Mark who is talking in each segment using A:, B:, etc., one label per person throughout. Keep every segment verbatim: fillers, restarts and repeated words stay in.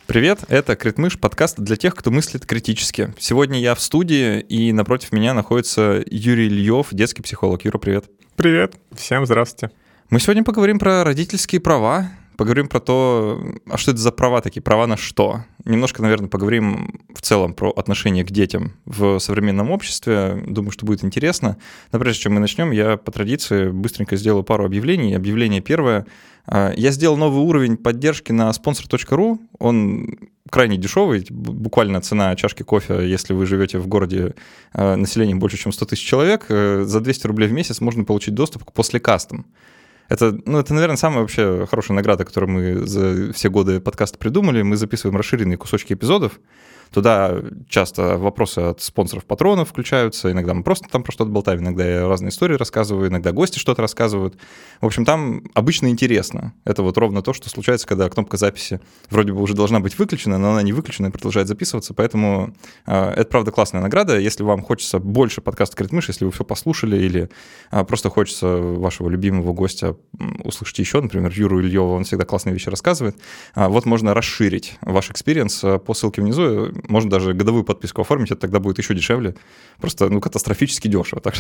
A: Привет, это Критмыш, подкаст для тех, кто мыслит критически. Сегодня я в студии, и напротив меня находится Юрий Ильев, детский психолог. Юра, привет.
B: Привет, всем здравствуйте.
A: Мы сегодня поговорим про родительские права, поговорим про то, а что это за права такие, права на что. Немножко, наверное, поговорим в целом про отношение к детям в современном обществе. Думаю, что будет интересно. Но прежде чем мы начнем, я по традиции быстренько сделаю пару объявлений. Объявление первое. Я сделал новый уровень поддержки на спонсор точка ру. Он крайне дешевый, буквально цена чашки кофе, если вы живете в городе населением больше, чем сто тысяч человек. За двести рублей в месяц можно получить доступ к послекастам. Это, ну, это, наверное, самая вообще хорошая награда, которую мы за все годы подкаста придумали. Мы записываем расширенные кусочки эпизодов. Туда часто вопросы от спонсоров-патронов включаются. Иногда мы просто там про что-то болтаем, иногда я разные истории рассказываю, иногда гости что-то рассказывают. В общем, там обычно интересно. Это вот ровно то, что случается, когда кнопка записи вроде бы уже должна быть выключена, но она не выключена и продолжает записываться. Поэтому э, это, правда, классная награда. Если вам хочется больше подкаста «Критмыш», если вы все послушали или э, просто хочется вашего любимого гостя услышать еще, например, Юру Ильева, он всегда классные вещи рассказывает, э, вот можно расширить ваш экспириенс по ссылке внизу. Можно даже годовую подписку оформить, это тогда будет еще дешевле. Просто, ну, катастрофически дешево. Так что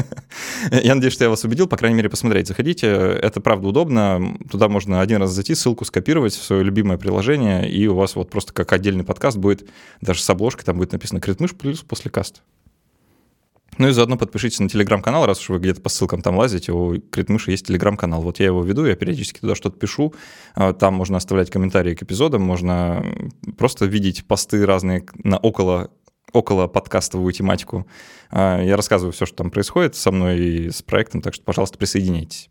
A: я надеюсь, что я вас убедил, по крайней мере, посмотреть. Заходите, это правда удобно. Туда можно один раз зайти, ссылку скопировать в свое любимое приложение, и у вас вот просто как отдельный подкаст будет, даже с обложкой, там будет написано «Критмыш» плюс «Послекаст». Ну и заодно подпишитесь на телеграм-канал, раз уж вы где-то по ссылкам там лазите, у Критмыша есть телеграм-канал. Вот я его веду, я периодически туда что-то пишу, там можно оставлять комментарии к эпизодам, можно просто видеть посты разные на около, около подкастовую тематику. Я рассказываю все, что там происходит со мной и с проектом, так что, пожалуйста, присоединяйтесь.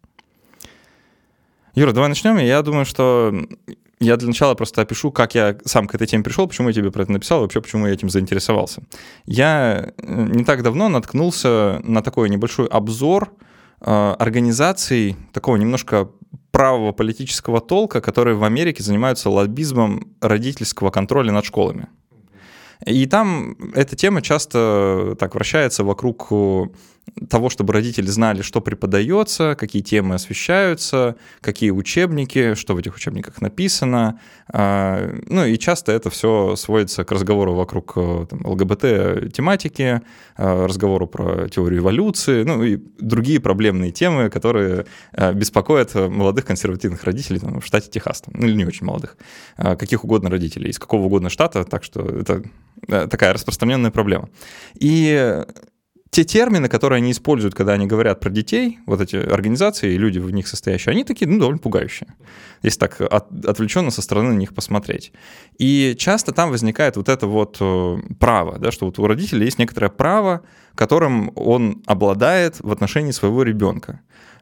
A: Юра, давай начнем. Я думаю, что я для начала просто опишу, как я сам к этой теме пришел, почему я тебе про это написал, и вообще почему я этим заинтересовался. Я не так давно наткнулся на такой небольшой обзор э, организаций такого немножко правого политического толка, которые в Америке занимаются лоббизмом родительского контроля над школами. И там эта тема часто так вращается вокруг того, чтобы родители знали, что преподается, какие темы освещаются, какие учебники, что в этих учебниках написано. Ну и часто это все сводится к разговору вокруг там, ЛГБТ-тематики, разговору про теорию эволюции, ну и другие проблемные темы, которые беспокоят молодых консервативных родителей там, в штате Техас, там, ну или не очень молодых, каких угодно родителей, из какого угодно штата, так что это такая распространенная проблема. И те термины, которые они используют, когда они говорят про детей, вот эти организации и люди в них состоящие, они такие, ну, довольно пугающие, если так от, отвлеченно со стороны на них посмотреть. И часто там возникает вот это вот право, да, что вот у родителей есть некоторое право, которым он обладает в отношении своего ребенка.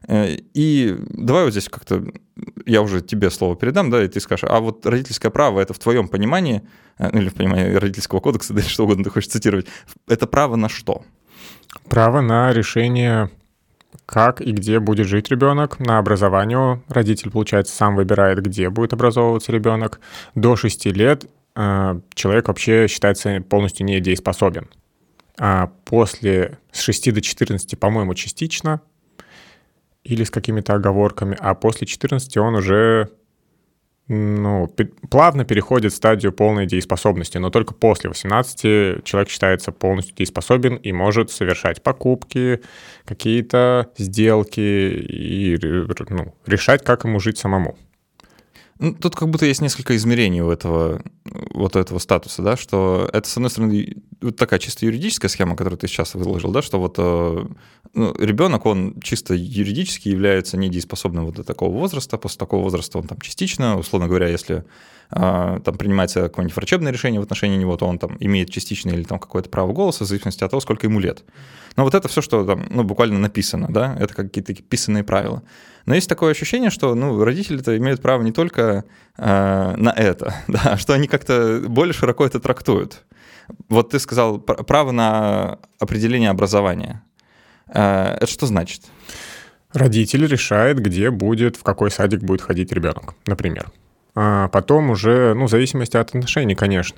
A: И давай вот здесь как-то, я уже тебе слово передам, да, и ты скажешь, а вот родительское право, это в твоем понимании, ну или в понимании родительского кодекса, да, или что угодно ты хочешь цитировать, это право на что?
B: Право на решение, как и где будет жить ребенок, на образование. Родитель, получается, сам выбирает, где будет образовываться ребенок. До шести лет э, человек вообще считается полностью недееспособен. А после с шести до четырнадцати, по-моему, частично или с какими-то оговорками, а после четырнадцати он уже ну, плавно переходит в стадию полной дееспособности, но только после восемнадцати человек считается полностью дееспособен и может совершать покупки, какие-то сделки и ну, решать, как ему жить самому.
A: Ну, тут как будто есть несколько измерений у этого, вот этого статуса, да, что это, с одной стороны, вот такая чисто юридическая схема, которую ты сейчас выложил, да, что вот ну, ребенок, он чисто юридически является недееспособным вот до такого возраста, после такого возраста он там частично, условно говоря, если там принимается какое-нибудь врачебное решение в отношении него, то он там имеет частичное или там какое-то право голоса в зависимости от того, сколько ему лет. Но вот это все, что там, ну, буквально написано, да, это какие-то такие писанные правила. Но есть такое ощущение, что, ну, родители-то имеют право не только э, на это, да, что они как-то более широко это трактуют. Вот ты сказал право на определение образования. Э, это что значит?
B: Родитель решает, где будет, в какой садик будет ходить ребенок, например. А потом уже, ну, в зависимости от отношений, конечно.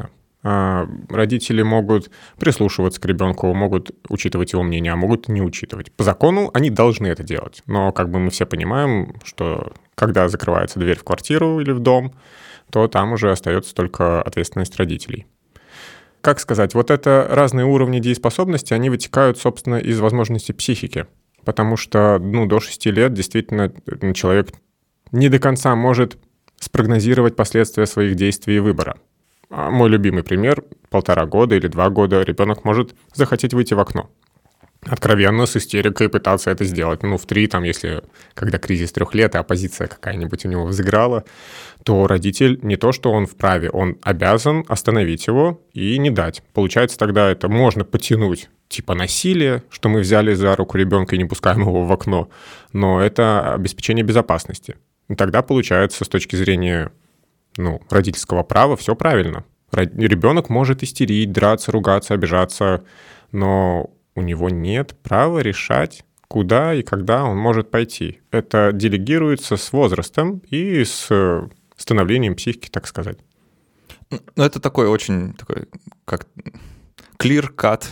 B: Родители могут прислушиваться к ребенку, могут учитывать его мнение, а могут не учитывать. По закону они должны это делать. Но как бы мы все понимаем, что когда закрывается дверь в квартиру или в дом, то там уже остается только ответственность родителей. Как сказать, вот это разные уровни дееспособности, они вытекают, собственно, из возможностей психики. Потому что ну, до шести лет действительно человек не до конца может спрогнозировать последствия своих действий и выбора. Мой любимый пример — полтора года или два года ребенок может захотеть выйти в окно. Откровенно, с истерикой пытаться это сделать. Ну, в три, там, если, когда кризис трех лет, и оппозиция какая-нибудь у него взыграла, то родитель не то, что он вправе, он обязан остановить его и не дать. Получается, тогда это можно потянуть типа насилие, что мы взяли за руку ребенка и не пускаем его в окно, но это обеспечение безопасности. И тогда получается, с точки зрения ну, родительского права, все правильно. Ребенок может истерить, драться, ругаться, обижаться, но у него нет права решать, куда и когда он может пойти. Это делегируется с возрастом и с становлением психики, так сказать.
A: Ну, это такой очень такой, как clear-cut,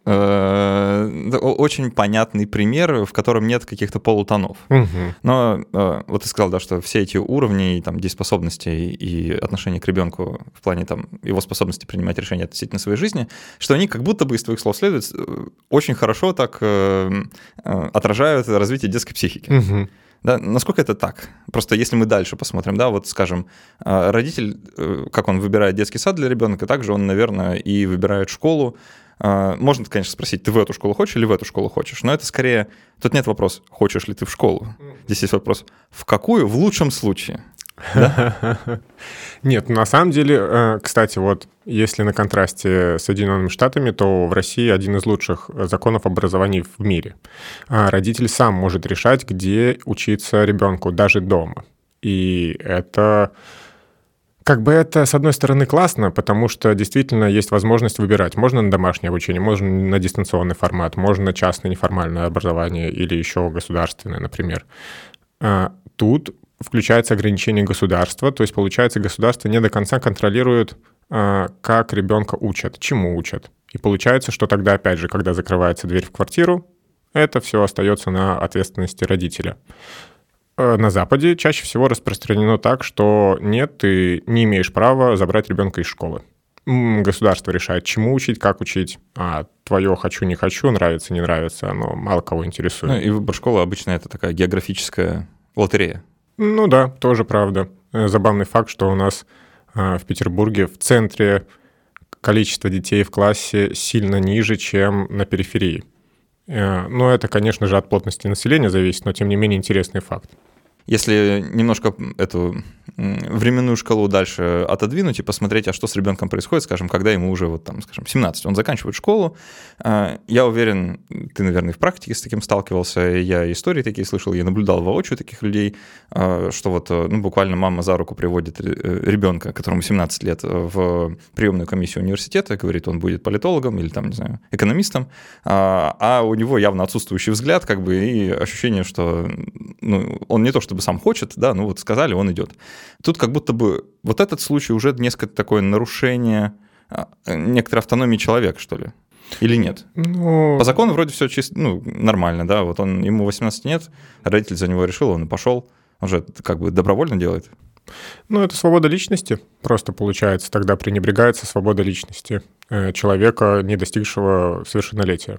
A: очень понятный пример, в котором нет каких-то полутонов.
B: Угу.
A: Но вот ты сказал, да, что все эти уровни там, дееспособности и отношения к ребенку в плане там, его способности принимать решения относительно своей жизни, что они как будто бы из твоих слов следуют, очень хорошо так отражают развитие детской психики.
B: Угу.
A: Да, насколько это так? Просто если мы дальше посмотрим, да, вот скажем, родитель, как он выбирает детский сад для ребенка, также он, наверное, и выбирает школу. Можно, конечно, спросить, ты в эту школу хочешь или в эту школу хочешь, но это скорее, тут нет вопроса, хочешь ли ты в школу. Здесь есть вопрос, в какую, в лучшем случае. Да?
B: Нет, на самом деле, кстати, вот если на контрасте с Соединенными Штатами, то в России один из лучших законов образования в мире. Родитель сам может решать, где учиться ребенку, даже дома. И это... Как бы это, с одной стороны, классно, потому что действительно есть возможность выбирать. Можно на домашнее обучение, можно на дистанционный формат, можно на частное неформальное образование или еще государственное, например. Тут включается ограничение государства, то есть, получается, государство не до конца контролирует, как ребенка учат, чему учат. И получается, что тогда, опять же, когда закрывается дверь в квартиру, это все остается на ответственности родителя. На Западе чаще всего распространено так, что нет, ты не имеешь права забрать ребенка из школы. Государство решает, чему учить, как учить, а твое «хочу, не хочу», нравится, не нравится, оно мало кого интересует.
A: Ну, и выбор школы обычно это такая географическая лотерея.
B: Ну да, тоже правда. Забавный факт, что у нас в Петербурге в центре количество детей в классе сильно ниже, чем на периферии. Ну, это, конечно же, от плотности населения зависит, но, тем не менее, интересный факт.
A: Если немножко эту временную шкалу дальше отодвинуть и посмотреть, а что с ребенком происходит, скажем, когда ему уже, вот там, скажем, семнадцать, он заканчивает школу, я уверен, ты, наверное, в практике с таким сталкивался, я истории такие слышал, я наблюдал воочию таких людей, что вот, ну, буквально мама за руку приводит ребенка, которому семнадцать лет, в приемную комиссию университета, говорит, он будет политологом или, там, не знаю, экономистом, а у него явно отсутствующий взгляд, как бы, и ощущение, что, ну, он не то чтобы сам хочет, да, ну вот сказали, он идет. Тут как будто бы вот этот случай уже несколько такое нарушение некоторой автономии человека, что ли? Или нет?
B: Ну...
A: По закону вроде все чисто, ну, нормально, да, вот он, ему восемнадцати нет, родитель за него решил, он и пошел, он же как бы добровольно делает.
B: Ну, это свобода личности просто получается, тогда пренебрегается свобода личности человека, не достигшего совершеннолетия.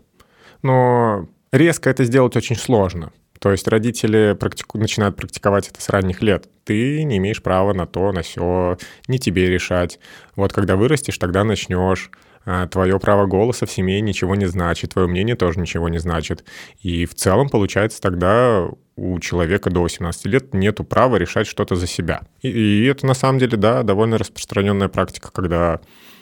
B: Но резко это сделать очень сложно. То есть родители практику... начинают практиковать это с ранних лет. Ты не имеешь права на то, на сё, не тебе решать. Вот когда вырастешь, тогда начнешь. Твое право голоса в семье ничего не значит, твое мнение тоже ничего не значит. И в целом, получается, тогда у человека до восемнадцати лет нету права решать что-то за себя. И, и это на самом деле, да, довольно распространенная практика, когда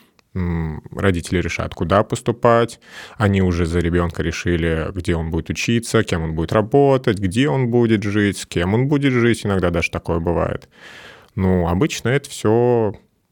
B: родители решают, куда поступать, они уже за ребенка решили, где он будет учиться, кем он будет работать, где он будет жить, с кем он будет жить, иногда даже такое бывает. Ну, обычно это все,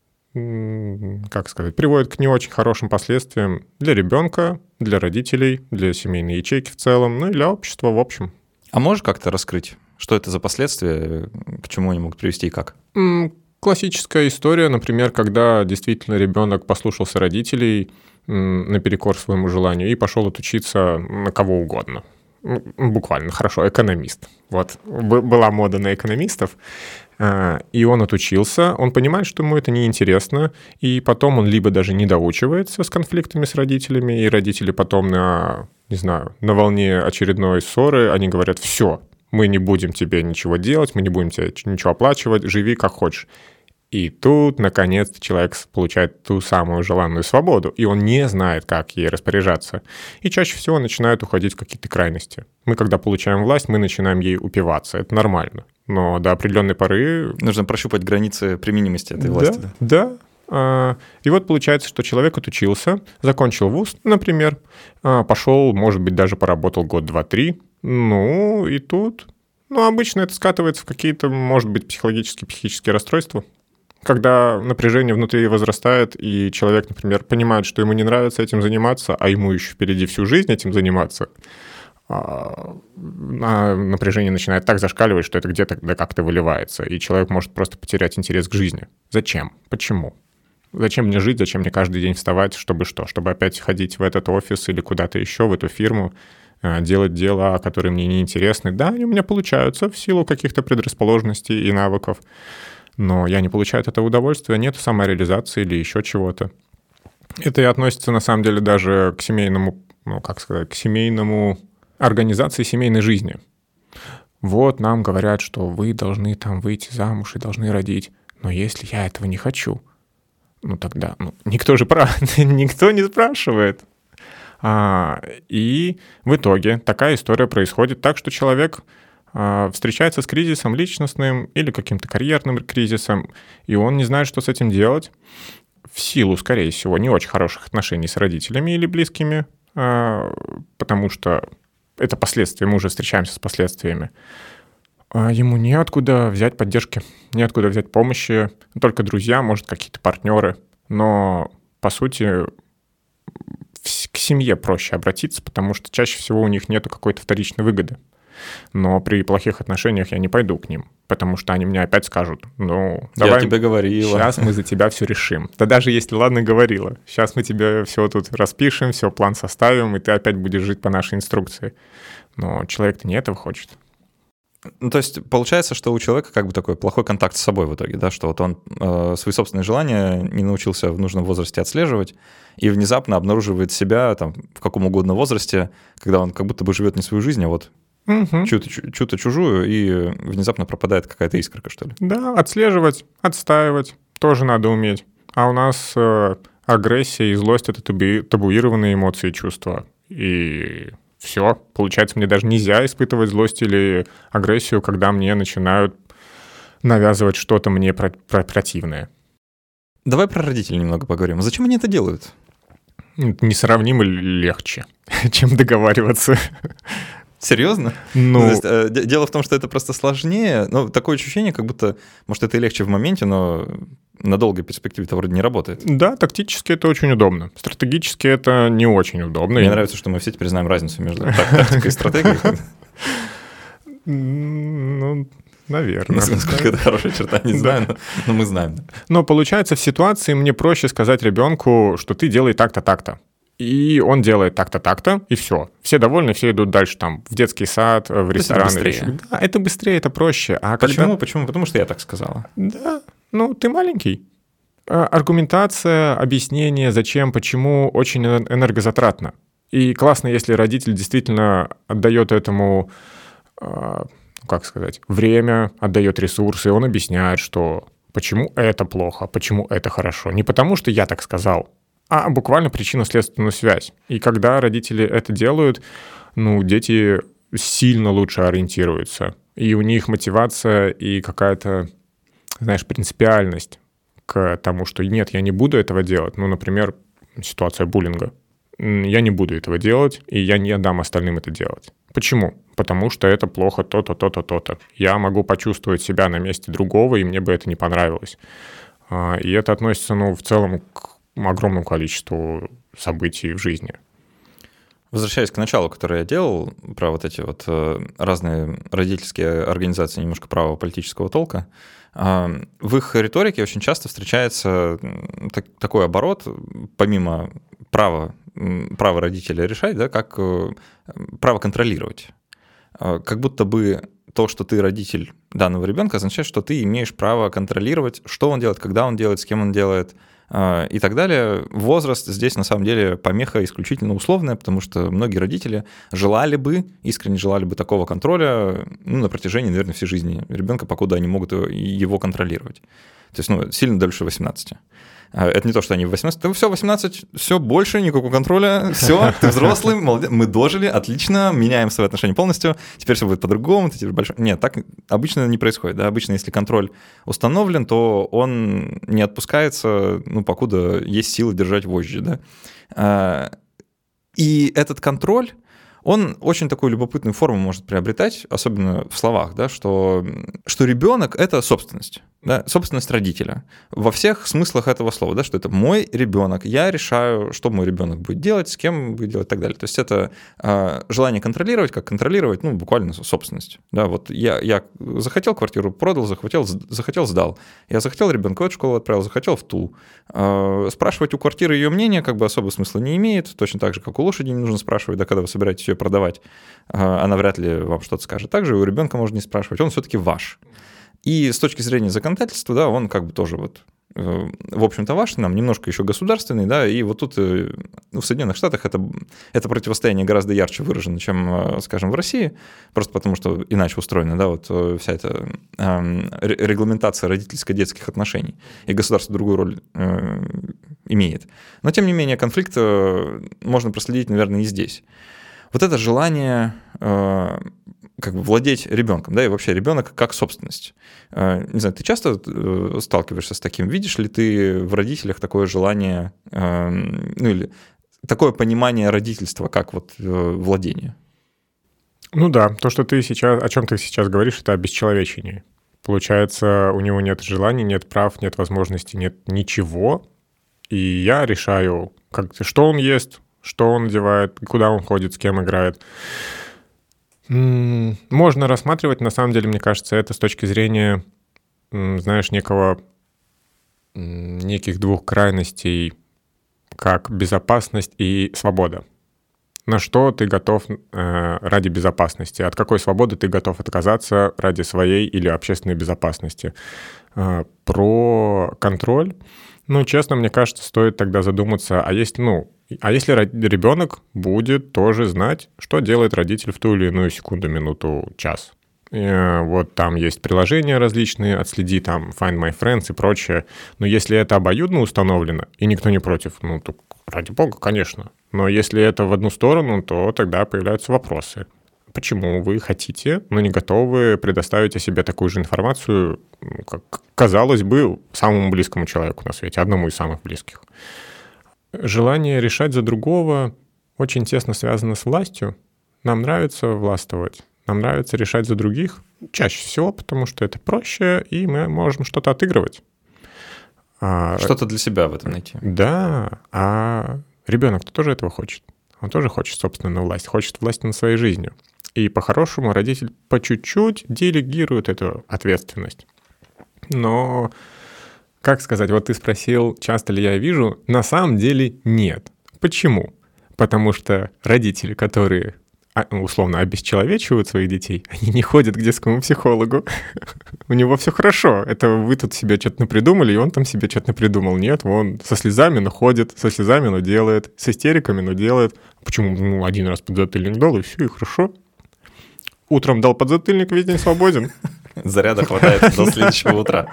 B: как сказать, приводит к не очень хорошим последствиям для ребенка, для родителей, для семейной ячейки в целом, ну и для общества в общем.
A: А можешь как-то раскрыть, что это за последствия, к чему они могут привести и как?
B: классическая история, например, когда действительно ребенок послушался родителей наперекор своему желанию и пошел отучиться на кого угодно. Буквально, хорошо, экономист. Вот, была мода на экономистов, и он отучился, он понимает, что ему это неинтересно, и потом он либо даже не доучивается с конфликтами с родителями, и родители потом на, не знаю, на волне очередной ссоры, они говорят: все, мы не будем тебе ничего делать, мы не будем тебе ничего оплачивать, живи как хочешь. И тут, наконец-то, человек получает ту самую желанную свободу, и он не знает, как ей распоряжаться. И чаще всего начинает уходить в какие-то крайности. Мы, когда получаем власть, мы начинаем ей упиваться. Это нормально. Но до определенной поры...
A: Нужно прощупать границы применимости этой власти.
B: Да, да. И вот получается, что человек отучился, закончил вуз, например, пошел, может быть, даже поработал год, два, три. Ну, и тут... Ну, обычно это скатывается в какие-то, может быть, психологические, психические расстройства. Когда напряжение внутри возрастает, и человек, например, понимает, что ему не нравится этим заниматься, а ему еще впереди всю жизнь этим заниматься, а напряжение начинает так зашкаливать, что это где-то да как-то выливается, и человек может просто потерять интерес к жизни. Зачем? Почему? Зачем мне жить? Зачем мне каждый день вставать? Чтобы что? Чтобы опять ходить в этот офис или куда-то еще, в эту фирму, делать дела, которые мне не интересны? Да, они у меня получаются в силу каких-то предрасположенностей и навыков, но я не получаю от этого удовольствия, нет самореализации или еще чего-то. Это и относится, на самом деле, даже к семейному, ну, как сказать, к семейному организации семейной жизни. Вот нам говорят, что вы должны там выйти замуж и должны родить. Но если я этого не хочу, ну тогда, ну, никто же прав, никто не спрашивает. А, и в итоге такая история происходит так, что человек встречается с кризисом личностным или каким-то карьерным кризисом, и он не знает, что с этим делать, в силу, скорее всего, не очень хороших отношений с родителями или близкими, потому что это последствия, мы уже встречаемся с последствиями. Ему неоткуда взять поддержки, неоткуда взять помощи, только друзья, может, какие-то партнеры, но, по сути, к семье проще обратиться, потому что чаще всего у них нету какой-то вторичной выгоды. Но при плохих отношениях я не пойду к ним, потому что они мне опять скажут: ну, давай,
A: я тебе говорила.
B: Сейчас мы за тебя все решим. Да даже если, ладно, говорила, сейчас мы тебе все тут распишем, все, план составим, и ты опять будешь жить по нашей инструкции. Но человек-то не этого хочет.
A: Ну, то есть получается, что у человека как бы такой плохой контакт с собой в итоге, да, что вот он э, свои собственные желания не научился в нужном возрасте отслеживать и внезапно обнаруживает себя там в каком угодно возрасте, когда он как будто бы живет не свою жизнь, а вот угу. чью-то, чью-то чужую, и внезапно пропадает какая-то искорка, что ли.
B: Да, отслеживать, отстаивать тоже надо уметь. А у нас э, агрессия и злость — это табу- табуированные эмоции и чувства. И все. Получается, мне даже нельзя испытывать злость или агрессию, когда мне начинают навязывать что-то мне про- про- противное.
A: Давай про родителей немного поговорим. Зачем они это делают?
B: Несравнимо легче, чем договариваться.
A: Серьезно?
B: Ну,
A: ну есть, э, дело в том, что это просто сложнее. Ну, такое ощущение, как будто, может, это и легче в моменте, но на долгой перспективе это вроде не работает.
B: Да, тактически это очень удобно. Стратегически это не очень удобно.
A: Мне нравится, что мы все теперь знаем разницу между тактикой и стратегией.
B: Ну, наверное.
A: Насколько это хорошая черта, не знаю, но мы знаем.
B: Но получается, в ситуации мне проще сказать ребенку, что ты делай так-то, так-то. И он делает так-то, так-то, и все. Все довольны, все идут дальше там в детский сад, в ресторан.
A: Это быстрее.
B: Да, это быстрее, это проще. А
A: Почему?
B: когда...
A: Почему? Потому что я так сказала.
B: Да, ну ты маленький. Аргументация, объяснение, зачем, почему, очень энергозатратно. И классно, если родитель действительно отдает этому, как сказать, время, отдает ресурсы, он объясняет, что почему это плохо, почему это хорошо. Не потому, что я так сказал, а буквально причинно-следственную связь. И когда родители это делают, ну, дети сильно лучше ориентируются. И у них мотивация и какая-то, знаешь, принципиальность к тому, что нет, я не буду этого делать. Ну, например, ситуация буллинга. Я не буду этого делать, и я не дам остальным это делать. Почему? Потому что это плохо то-то, то-то, то-то. Я могу почувствовать себя на месте другого, и мне бы это не понравилось. И это относится, ну, в целом к огромному количеству событий в жизни.
A: Возвращаясь к началу, которое я делал, про вот эти вот разные родительские организации немножко правого политического толка, в их риторике очень часто встречается так, такой оборот, помимо права, права родителя решать, да, как право контролировать. Как будто бы то, что ты родитель данного ребенка, означает, что ты имеешь право контролировать, что он делает, когда он делает, с кем он делает и так далее. Возраст здесь на самом деле помеха исключительно условная, потому что многие родители желали бы, искренне желали бы такого контроля ну, на протяжении, наверное, всей жизни ребенка, покуда они могут его контролировать. То есть ну, сильно дольше восемнадцати. Это не то, что они в восемнадцать, да все, восемнадцать, все, больше никакого контроля, все, ты взрослый, молодец, мы дожили, отлично, меняем свои отношения полностью, теперь все будет по-другому, ты теперь большой... Нет, так обычно не происходит, да, обычно если контроль установлен, то он не отпускается, ну, покуда есть силы держать вожжи, да. И этот контроль, он очень такую любопытную форму может приобретать, особенно в словах, да, что, что ребенок — это собственность. Да, собственность родителя во всех смыслах этого слова, да, что это мой ребенок, я решаю, что мой ребенок будет делать, с кем будет делать и так далее. То есть это э, желание контролировать, как контролировать, ну, буквально собственность. Да, вот я, я захотел квартиру, продал, захотел, захотел, сдал. Я захотел ребенка в эту школу отправил, захотел в ту. Э, спрашивать у квартиры ее мнение как бы особого смысла не имеет, точно так же, как у лошади не нужно спрашивать, да, когда вы собираетесь ее продавать, э, она вряд ли вам что-то скажет. Также у ребенка можно не спрашивать, он все-таки ваш. И с точки зрения законодательства, да, он как бы тоже вот, э, в общем-то, ваш, нам немножко еще государственный, да, и вот тут э, ну, в Соединенных Штатах это, это противостояние гораздо ярче выражено, чем, э, скажем, в России, просто потому что иначе устроена, да, вот э, вся эта э, регламентация родительско-детских отношений, и государство другую роль э, имеет. Но, тем не менее, конфликт э, можно проследить, наверное, и здесь. Вот это желание... Э, как бы владеть ребенком, да, и вообще ребенок как собственность. Не знаю, ты часто сталкиваешься с таким? Видишь ли ты в родителях такое желание, ну или такое понимание родительства как вот владение?
B: Ну да, то, что ты сейчас, о чем ты сейчас говоришь, это обесчеловечение. Получается, у него нет желаний, нет прав, нет возможностей, нет ничего, и я решаю, как, что он ест, что он одевает, куда он ходит, с кем играет. Можно рассматривать, на самом деле, мне кажется, это с точки зрения, знаешь, некого, неких двух крайностей, как безопасность и свобода. На что ты готов э, ради безопасности? От какой свободы ты готов отказаться ради своей или общественной безопасности? Э, про контроль. Ну, честно, мне кажется, стоит тогда задуматься, а есть, ну, а если ребенок будет тоже знать, что делает родитель в ту или иную секунду, минуту, час? И вот там есть приложения различные, отследи там Find My Friends и прочее. Но если это обоюдно установлено, и никто не против, ну, то ради бога, конечно. Но если это в одну сторону, то тогда появляются вопросы. Почему вы хотите, но не готовы предоставить о себе такую же информацию, как казалось бы, самому близкому человеку на свете, одному из самых близких? Желание решать за другого очень тесно связано с властью. Нам нравится властвовать, нам нравится решать за других чаще всего, потому что это проще, и мы можем что-то отыгрывать.
A: Что-то для себя в этом найти.
B: Да, а ребенок-то тоже этого хочет. Он тоже хочет собственную власть, хочет власти над своей жизнью. И по-хорошему родитель по чуть-чуть делегирует эту ответственность. Но... Как сказать, вот ты спросил, часто ли я вижу, на самом деле нет. Почему? Потому что родители, которые условно обесчеловечивают своих детей, они не ходят к детскому психологу. У него все хорошо. Это вы тут себе что-то напридумали, и он там себе что-то напридумал. Нет, он со слезами, но ходит, со слезами, но делает, с истериками, но делает. Почему? Ну, один раз подзатыльник дал, и все, и хорошо. Утром дал подзатыльник, весь день свободен.
A: Заряда хватает до следующего утра.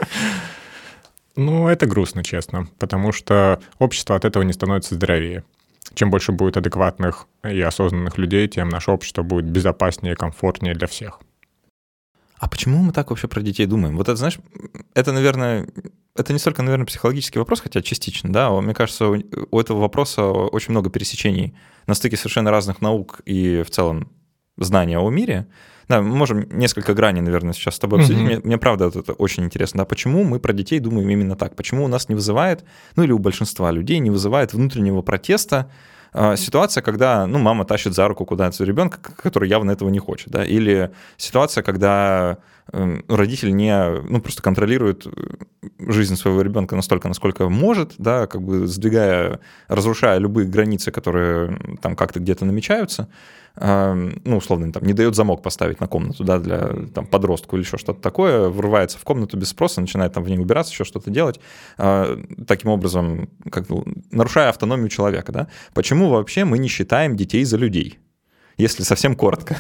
B: Ну, это грустно, честно, потому что общество от этого не становится здоровее. Чем больше будет адекватных и осознанных людей, тем наше общество будет безопаснее и комфортнее для всех.
A: А почему мы так вообще про детей думаем? Вот это, знаешь, это, наверное, это не столько, наверное, психологический вопрос, хотя частично, да, мне кажется, у этого вопроса очень много пересечений на стыке совершенно разных наук и в целом знания о мире. Да, мы можем несколько граней, наверное, сейчас с тобой обсудить. Mm-hmm. Мне, мне правда это очень интересно. Да, почему мы про детей думаем именно так? Почему у нас не вызывает, ну или у большинства людей не вызывает внутреннего протеста Ситуация, когда, ну, мама тащит за руку куда-то ребенка, который явно этого не хочет, да, или ситуация, когда родитель не, ну, просто контролирует жизнь своего ребенка настолько, насколько может, да, как бы сдвигая, разрушая любые границы, которые там как-то где-то намечаются, ну, условно, там, не дает замок поставить на комнату, да, для там, подростка или еще что-то такое, врывается в комнату без спроса, начинает там в ней убираться, еще что-то делать, таким образом, как, нарушая автономию человека, да. Почему вообще мы не считаем детей за людей, если совсем коротко?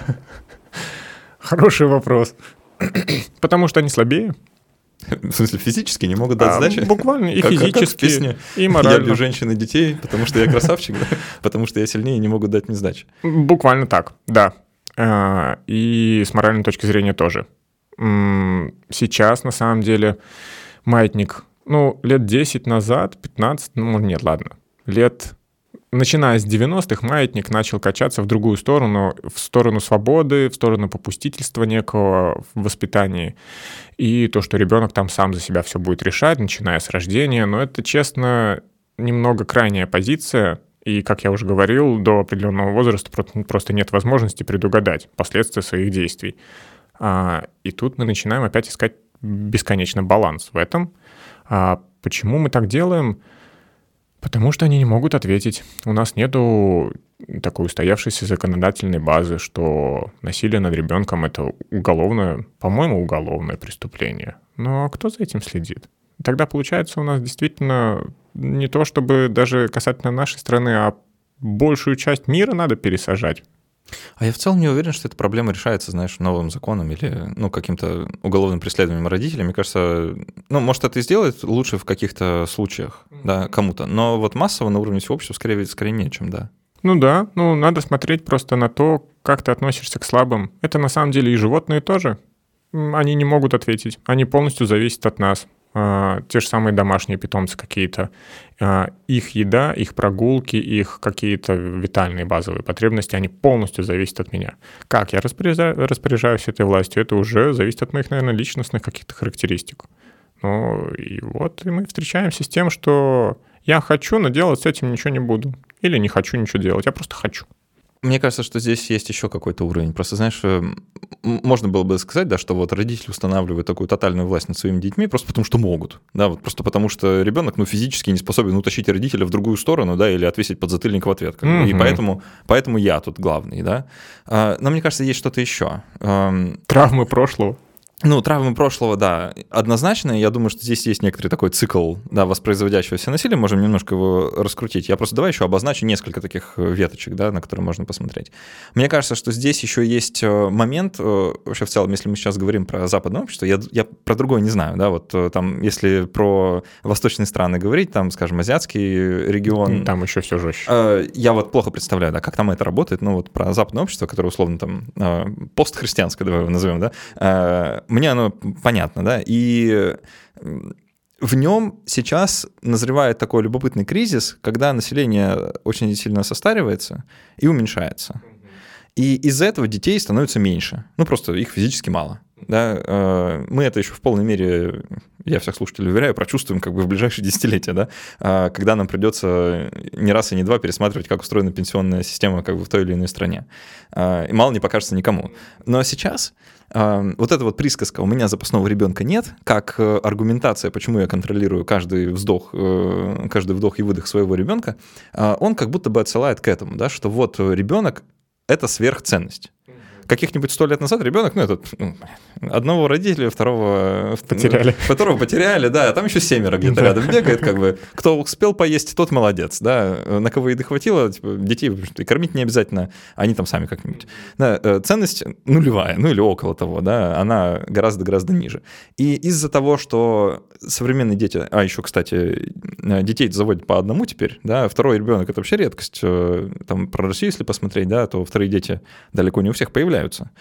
B: Хороший вопрос. Потому что они слабее.
A: В смысле, физически не могут дать
B: а,
A: сдачи?
B: Буквально, и
A: как,
B: физически,
A: как в песне,
B: и морально.
A: Я люблю женщин и детей, потому что я красавчик, да? Потому что я сильнее, не могут дать мне сдачи.
B: Буквально так, да. И с моральной точки зрения тоже. Сейчас, на самом деле, маятник, ну, лет десять назад, пятнадцать, ну, нет, ладно, лет... Начиная с девяностых, маятник начал качаться в другую сторону, в сторону свободы, в сторону попустительства некого в воспитании. И то, что ребенок там сам за себя все будет решать, начиная с рождения. Но это, честно, немного крайняя позиция. И, как я уже говорил, до определенного возраста просто нет возможности предугадать последствия своих действий. И тут мы начинаем опять искать бесконечно баланс в этом. Почему мы так делаем? Потому что они не могут ответить. У нас нету такой устоявшейся законодательной базы, что насилие над ребенком — это уголовное, по-моему, уголовное преступление. Но кто за этим следит? Тогда получается у нас действительно не то, чтобы даже касательно нашей страны, а большую часть мира надо пересажать.
A: А я в целом не уверен, что эта проблема решается, знаешь, новым законом или, ну, каким-то уголовным преследованием родителей. Мне кажется, ну, может, это и сделает лучше в каких-то случаях, mm-hmm. да, кому-то. Но вот массово на уровне всего общества скорее, скорее нечем, да.
B: Ну да, ну надо смотреть просто на то, как ты относишься к слабым. Это на самом деле и животные тоже. Они не могут ответить, они полностью зависят от нас. Те же самые домашние питомцы какие-то. Их еда, их прогулки, их какие-то витальные базовые потребности, они полностью зависят от меня. Как я распоряжаюсь, распоряжаюсь этой властью, это уже зависит от моих, наверное, личностных каких-то характеристик. Ну и вот и мы встречаемся с тем, что я хочу, но делать с этим ничего не буду. Или не хочу ничего делать, я просто хочу.
A: Мне кажется, что здесь есть еще какой-то уровень. Просто, знаешь, можно было бы сказать, да, что вот родители устанавливают такую тотальную власть над своими детьми просто потому, что могут. Да, вот просто потому, что ребенок, ну, физически не способен утащить родителя в другую сторону, да, или отвесить подзатыльник в ответ. Mm-hmm. И поэтому, поэтому я тут главный, да. Но мне кажется, есть что-то еще.
B: Травмы прошлого.
A: Ну, травмы прошлого, да, однозначно. Я думаю, что здесь есть некоторый такой цикл, да, воспроизводящегося насилия. Можем немножко его раскрутить. Я просто давай еще обозначу несколько таких веточек, да, на которые можно посмотреть. Мне кажется, что здесь еще есть момент, вообще в целом, если мы сейчас говорим про западное общество, я, я про другое не знаю, да, вот там, если про восточные страны говорить, там, скажем, азиатский регион.
B: Там еще все жестче.
A: Я вот плохо представляю, да, как там это работает, ну, вот про западное общество, которое условно там постхристианское, давай его назовем, да, мне оно понятно, да, и в нем сейчас назревает такой любопытный кризис, когда население очень сильно состаривается и уменьшается. И из-за этого детей становится меньше, ну просто их физически мало. Да? Мы это еще в полной мере, я всех слушателей уверяю, прочувствуем как бы в ближайшие десятилетия, да? Когда нам придется не раз и не два пересматривать, как устроена пенсионная система как бы в той или иной стране. И мало не покажется никому. Но сейчас вот эта вот присказка «у меня запасного ребенка нет», как аргументация, почему я контролирую каждый вздох, каждый вдох и выдох своего ребенка, он как будто бы отсылает к этому, да, что вот ребенок — это сверхценность. Каких-нибудь сто лет назад ребенок, ну, этот, ну, одного родителя, второго
B: потеряли.
A: Второго потеряли, да, а там еще семеро где-то да. рядом бегает, как бы. Кто успел поесть, тот молодец, да. На кого еды хватило, типа, детей и кормить не обязательно, они там сами как-нибудь. Да, ценность нулевая, ну или около того, да, она гораздо-гораздо ниже. И из-за того, что современные дети, а еще, кстати, детей заводят по одному теперь, да, второй ребенок — это вообще редкость. Там про Россию, если посмотреть, да, то вторые дети далеко не у всех появляются.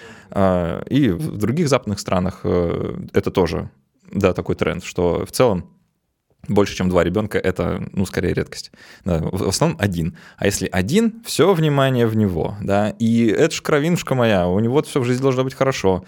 A: И в других западных странах это тоже, да, такой тренд, что в целом Больше, чем два ребенка, это, ну, скорее редкость. Да, в основном один. А если один, все внимание в него, да, и это ж кровинушка моя, у него все в жизни должно быть хорошо,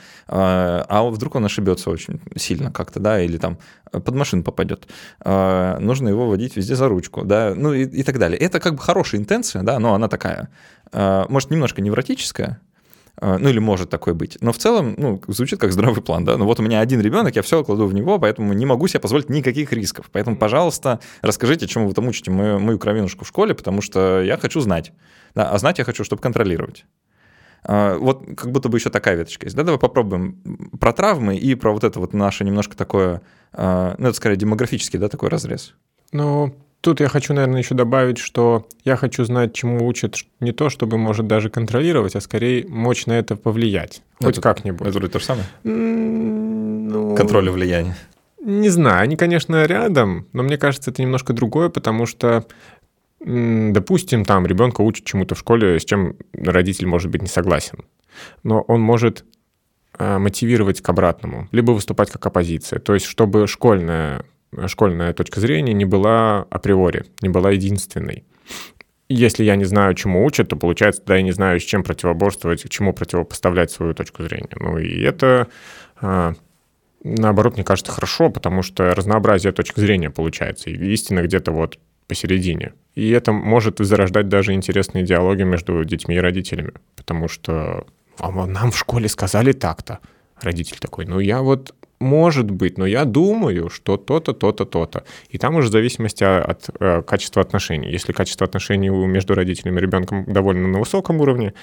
A: а вдруг он ошибется очень сильно как-то, да, или там под машину попадет, нужно его водить везде за ручку, да, ну и, и так далее. Это как бы хорошая интенция, да, но она такая, может, немножко невротическая, ну или может такое быть. Но в целом, ну, звучит как здравый план, да. Ну вот у меня один ребенок, я все кладу в него, поэтому не могу себе позволить никаких рисков. Поэтому, пожалуйста, расскажите, чему вы там учите мою, мою кровинушку в школе, потому что я хочу знать. Да, а знать я хочу, чтобы контролировать. Вот как будто бы еще такая веточка есть. Да, давай попробуем про травмы и про вот это вот наше немножко такое, ну это скорее демографический, да, такой разрез.
B: Ну... Тут я хочу, наверное, еще добавить, что я хочу знать, чему учат не то, чтобы, может, даже контролировать, а скорее мочь на это повлиять. Хоть
A: это,
B: как-нибудь.
A: Это вроде то же самое?
B: Mm, ну,
A: контроль и влияние.
B: Не знаю, они, конечно, рядом, но мне кажется, это немножко другое, потому что, допустим, там ребенка учат чему-то в школе, с чем родитель, может быть, не согласен. Но он может мотивировать к обратному, либо выступать как оппозиция. То есть, чтобы школьная... школьная точка зрения не была априори, не была единственной. Если я не знаю, чему учат, то, получается, да, я не знаю, с чем противоборствовать, чему противопоставлять свою точку зрения. Ну и это, наоборот, мне кажется, хорошо, потому что разнообразие точек зрения получается, и истина где-то вот посередине. И это может зарождать даже интересные диалоги между детьми и родителями, потому что нам в школе сказали так-то. Родитель такой, ну я вот... Может быть, но я думаю, что то-то, то-то, то-то. И там уже в зависимости от э, качества отношений. Если качество отношений между родителями и ребенком довольно на высоком уровне,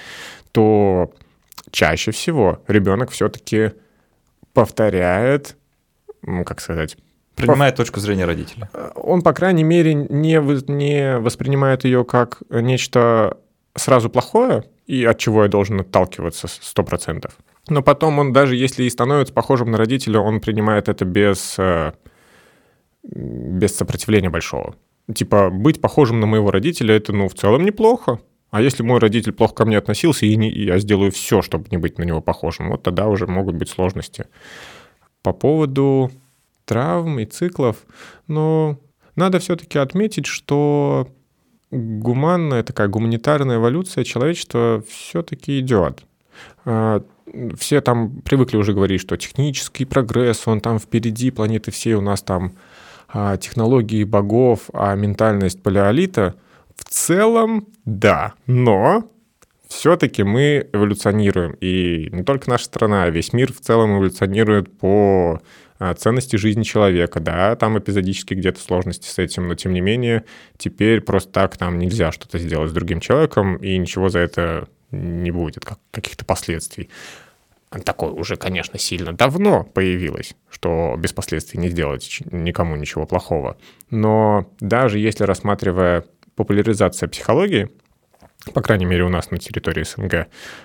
B: то чаще всего ребенок все-таки повторяет, ну, как сказать...
A: Принимает пов... точку зрения родителя.
B: Он, по крайней мере, не, не воспринимает ее как нечто сразу плохое, и от чего я должен отталкиваться сто процентов. Но потом он, даже если и становится похожим на родителя, он принимает это без, без сопротивления большого. Типа, быть похожим на моего родителя — это, ну, в целом неплохо. А если мой родитель плохо ко мне относился, и, не, и я сделаю все, чтобы не быть на него похожим, вот тогда уже могут быть сложности. По поводу травм и циклов, ну, надо все-таки отметить, что гуманная, такая гуманитарная эволюция человечества все-таки идет. Все там привыкли уже говорить, что технический прогресс, он там впереди планеты всей, у нас там а, технологии богов, а ментальность палеолита. В целом, да, но все-таки мы эволюционируем. И не только наша страна, а весь мир в целом эволюционирует по а, ценности жизни человека. Да, там эпизодически где-то сложности с этим, но тем не менее теперь просто так там нельзя что-то сделать с другим человеком, и ничего за это не будет, как каких-то последствий. Такое уже, конечно, сильно давно появилось, что без последствий не сделать никому ничего плохого. Но даже если, рассматривая популяризацию психологии, по крайней мере у нас на территории СНГ,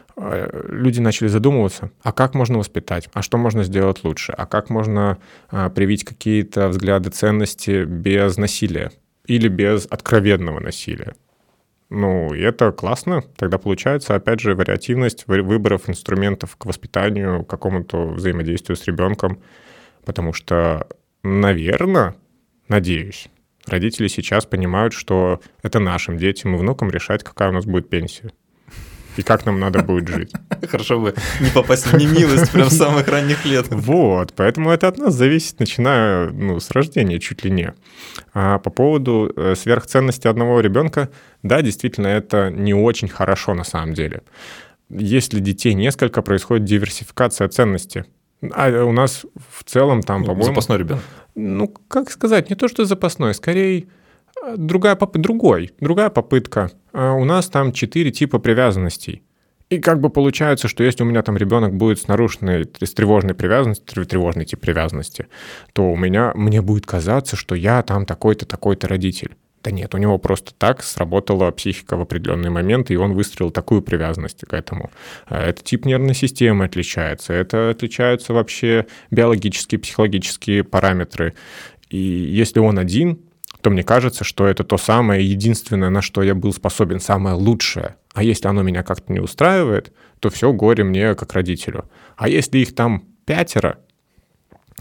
B: люди начали задумываться, а как можно воспитать, а что можно сделать лучше, а как можно привить какие-то взгляды, ценности без насилия или без откровенного насилия. Ну, и это классно. Тогда получается, опять же, вариативность выборов инструментов к воспитанию, к какому-то взаимодействию с ребенком. Потому что, наверное, надеюсь, родители сейчас понимают, что это нашим детям и внукам решать, какая у нас будет пенсия. И как нам надо будет жить.
A: Хорошо бы не попасть в немилость прям с самых ранних лет.
B: Вот, поэтому это от нас зависит, начиная ну, с рождения чуть ли не. А по поводу сверхценности одного ребенка, да, действительно, это не очень хорошо на самом деле. Если детей несколько, происходит диверсификация ценностей. А у нас в целом там,
A: ну,
B: по-моему...
A: Запасной ребенок.
B: Ну, как сказать, не то, что запасной, скорее... Другая поп... другой, другая попытка. А у нас там четыре типа привязанностей. И как бы получается, что если у меня там ребенок будет с нарушенной, с тревожной привязанностью, тревожный тип привязанности, то у меня, мне будет казаться, что я там такой-то, такой-то родитель. Да нет, у него просто так сработала психика в определенный момент, и он выстроил такую привязанность к этому. Это тип нервной системы отличается, это отличаются вообще биологические, психологические параметры. И если он один, то мне кажется, что это то самое единственное, на что я был способен, самое лучшее. А если оно меня как-то не устраивает, то все горе мне как родителю. А если их там пятеро,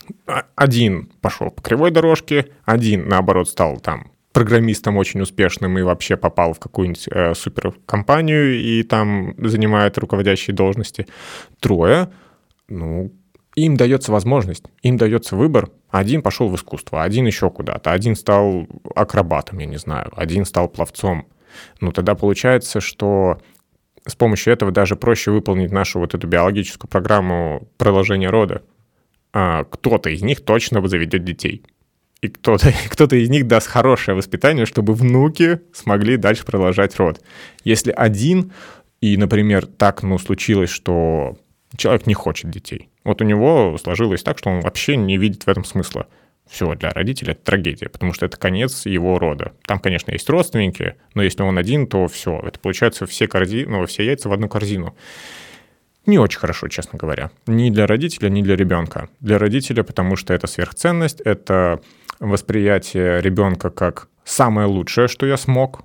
B: один пошел по кривой дорожке, один, наоборот, стал там программистом очень успешным и вообще попал в какую-нибудь э, суперкомпанию и там занимает руководящие должности. Трое, ну, им дается возможность, им дается выбор. Один пошел в искусство, один еще куда-то, один стал акробатом, я не знаю, один стал пловцом. Ну, тогда получается, что с помощью этого даже проще выполнить нашу вот эту биологическую программу продолжения рода. А кто-то из них точно заведет детей. И кто-то, кто-то из них даст хорошее воспитание, чтобы внуки смогли дальше продолжать род. Если один, и, например, так, ну, случилось, что человек не хочет детей. Вот у него сложилось так, что он вообще не видит в этом смысла. Все, для родителя это трагедия, потому что это конец его рода. Там, конечно, есть родственники, но если он один, то все. Это получается все, корзи... ну, все яйца в одну корзину. Не очень хорошо, честно говоря. Ни для родителя, ни для ребенка. Для родителя, потому что это сверхценность, это восприятие ребенка как самое лучшее, что я смог,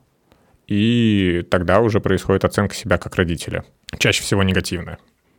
B: и тогда уже происходит оценка себя как родителя. Чаще всего негативная.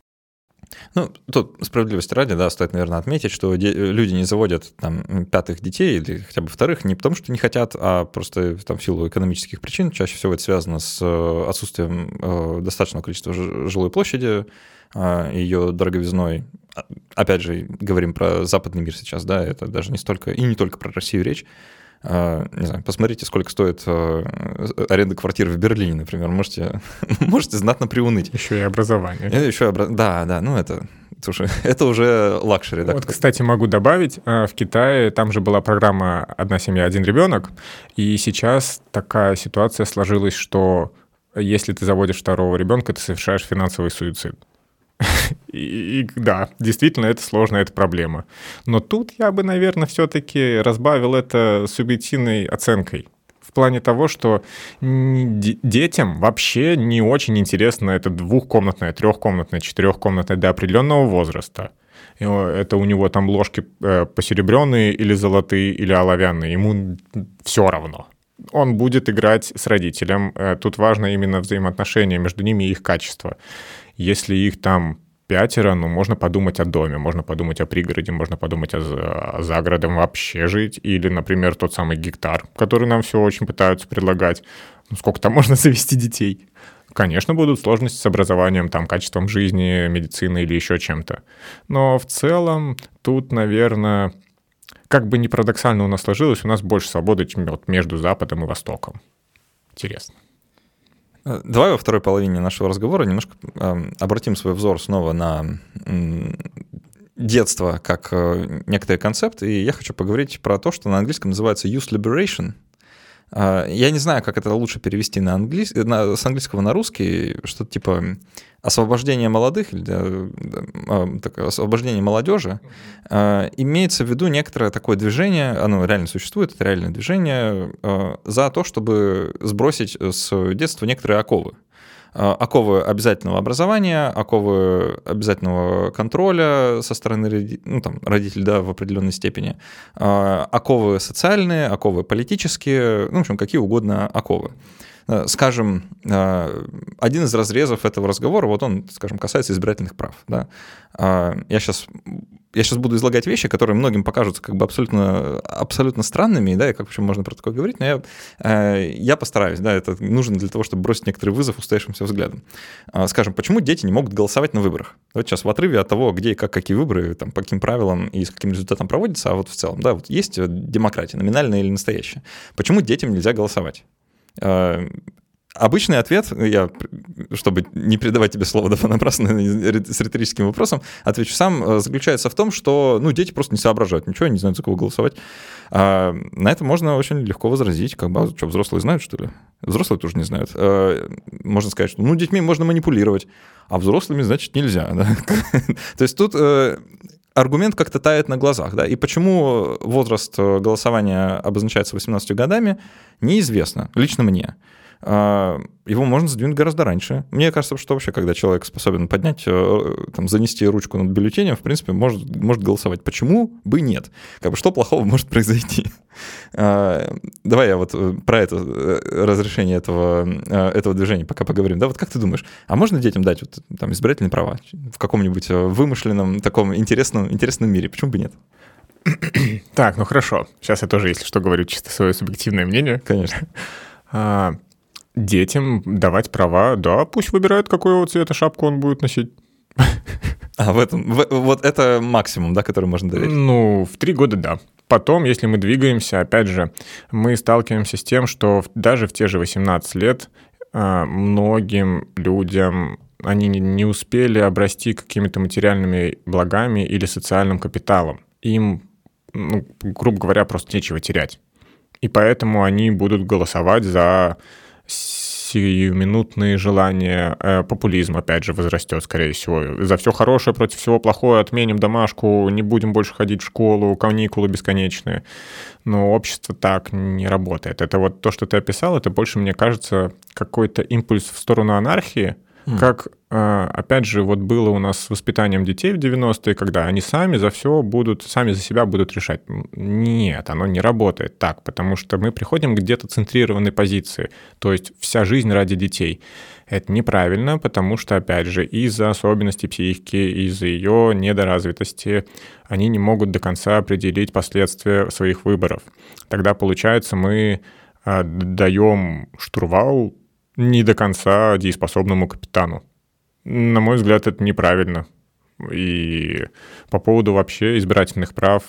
A: Ну, тут справедливости ради, да, стоит, наверное, отметить, что де- люди не заводят там пятых детей или хотя бы вторых не потому, что не хотят, а просто там в силу экономических причин. Чаще всего это связано с отсутствием э, достаточного количества ж- жилой площади, э, ее дороговизной. Опять же, говорим про западный мир сейчас, да, это даже не столько, и не только про Россию речь. Uh, не знаю, посмотрите, сколько стоит uh, аренда квартир в Берлине, например. Можете, можете знатно приуныть.
B: Еще и образование.
A: Это еще обра... Да, да, ну это, это, уже, это уже лакшери.
B: Вот, кстати, могу добавить, в Китае там же была программа «Одна семья, один ребенок», и сейчас такая ситуация сложилась, что если ты заводишь второго ребенка, ты совершаешь финансовый суицид. И, и да, действительно, это сложно, это проблема. Но тут я бы, наверное, все-таки разбавил это субъективной оценкой. В плане того, что детям вообще не очень интересно это двухкомнатное, трехкомнатное, четырехкомнатное до определенного возраста. Это у него там ложки посеребренные или золотые, или оловянные. Ему все равно. Он будет играть с родителем. Тут важно именно взаимоотношения между ними и их качество. Если их там пятеро, ну, можно подумать о доме, можно подумать о пригороде, можно подумать о, о загородном вообще жить. Или, например, тот самый гектар, который нам все очень пытаются предлагать. Ну, сколько там можно завести детей? Конечно, будут сложности с образованием, там, качеством жизни, медициной или еще чем-то. Но в целом тут, наверное, как бы ни парадоксально у нас сложилось, у нас больше свободы, чем вот между Западом и Востоком. Интересно.
A: Давай во второй половине нашего разговора немножко э, обратим свой взор снова на э, детство как э, некоторый концепт, и я хочу поговорить про то, что на английском называется youth liberation. Э, я не знаю, как это лучше перевести на английский, на, с английского на русский, что-то типа освобождение молодых, или э, э, так, освобождение молодежи. Э, имеется в виду некоторое такое движение, оно реально существует, это реальное движение, э, за то, чтобы сбросить с детства некоторые оковы. Оковы обязательного образования, оковы обязательного контроля со стороны ну, там, родителей, да, в определенной степени, оковы социальные, оковы политические, ну, в общем, какие угодно оковы. Скажем, один из разрезов этого разговора, вот он, скажем, касается избирательных прав. Да? Я сейчас, я сейчас буду излагать вещи, которые многим покажутся как бы абсолютно, абсолютно странными, да, и как вообще можно про такое говорить, но я, я постараюсь, да, это нужно для того, чтобы бросить некоторый вызов устоявшимся взглядам. Скажем, почему дети не могут голосовать на выборах? Вот сейчас в отрыве от того, где и как, какие выборы, там, по каким правилам и с каким результатом проводятся, а вот в целом, да, вот есть демократия, номинальная или настоящая. Почему детям нельзя голосовать? Обычный ответ, я, чтобы не передавать тебе слово да, понапрасну с риторическим вопросом, отвечу сам, заключается в том, что ну, дети просто не соображают ничего, не знают, за кого голосовать. А на это можно очень легко возразить, как бы, а что, взрослые знают, что ли? Взрослые тоже не знают. А можно сказать, что ну, детьми можно манипулировать, а взрослыми, значит, нельзя. Да? То есть тут аргумент как-то тает на глазах. Да? И почему возраст голосования обозначается восемнадцатью годами, неизвестно, лично мне. Его можно задвинуть гораздо раньше. Мне кажется, что вообще, когда человек способен поднять, там, занести ручку над бюллетенем, в принципе, может, может голосовать. Почему бы нет? Как бы, что плохого может произойти? Давай я вот про это разрешение этого, этого движения пока поговорим. Да, вот как ты думаешь, а можно детям дать вот, там, избирательные права в каком-нибудь вымышленном, таком интересном, интересном мире? Почему бы нет?
B: Так, ну хорошо. Сейчас я тоже, если что, говорю чисто свое субъективное мнение.
A: Конечно.
B: А, детям давать права, да, пусть выбирают, какого цвета шапку он будет носить.
A: А в этом, в, вот это максимум, да, который можно доверить?
B: Ну, в три года, да. Потом, если мы двигаемся, опять же, мы сталкиваемся с тем, что даже в те же восемнадцать лет а, многим людям они не успели обрасти какими-то материальными благами или социальным капиталом. Им, ну, грубо говоря, просто нечего терять. И поэтому они будут голосовать за сиюминутные желания. Э, популизм, опять же, возрастет, скорее всего. За все хорошее против всего плохое, отменим домашку, не будем больше ходить в школу, каникулы бесконечные. Но общество так не работает. Это вот то, что ты описал, это больше, мне кажется, какой-то импульс в сторону анархии, Mm. Как, опять же, вот было у нас с воспитанием детей в девяностые, когда они сами за все будут, сами за себя будут решать. Нет, оно не работает так, потому что мы приходим к где-то центрированной позиции, то есть вся жизнь ради детей. Это неправильно, потому что, опять же, из-за особенностей психики, из-за ее недоразвитости они не могут до конца определить последствия своих выборов. Тогда, получается, мы даем штурвал не до конца дееспособному капитану. На мой взгляд, это неправильно. И по поводу вообще избирательных прав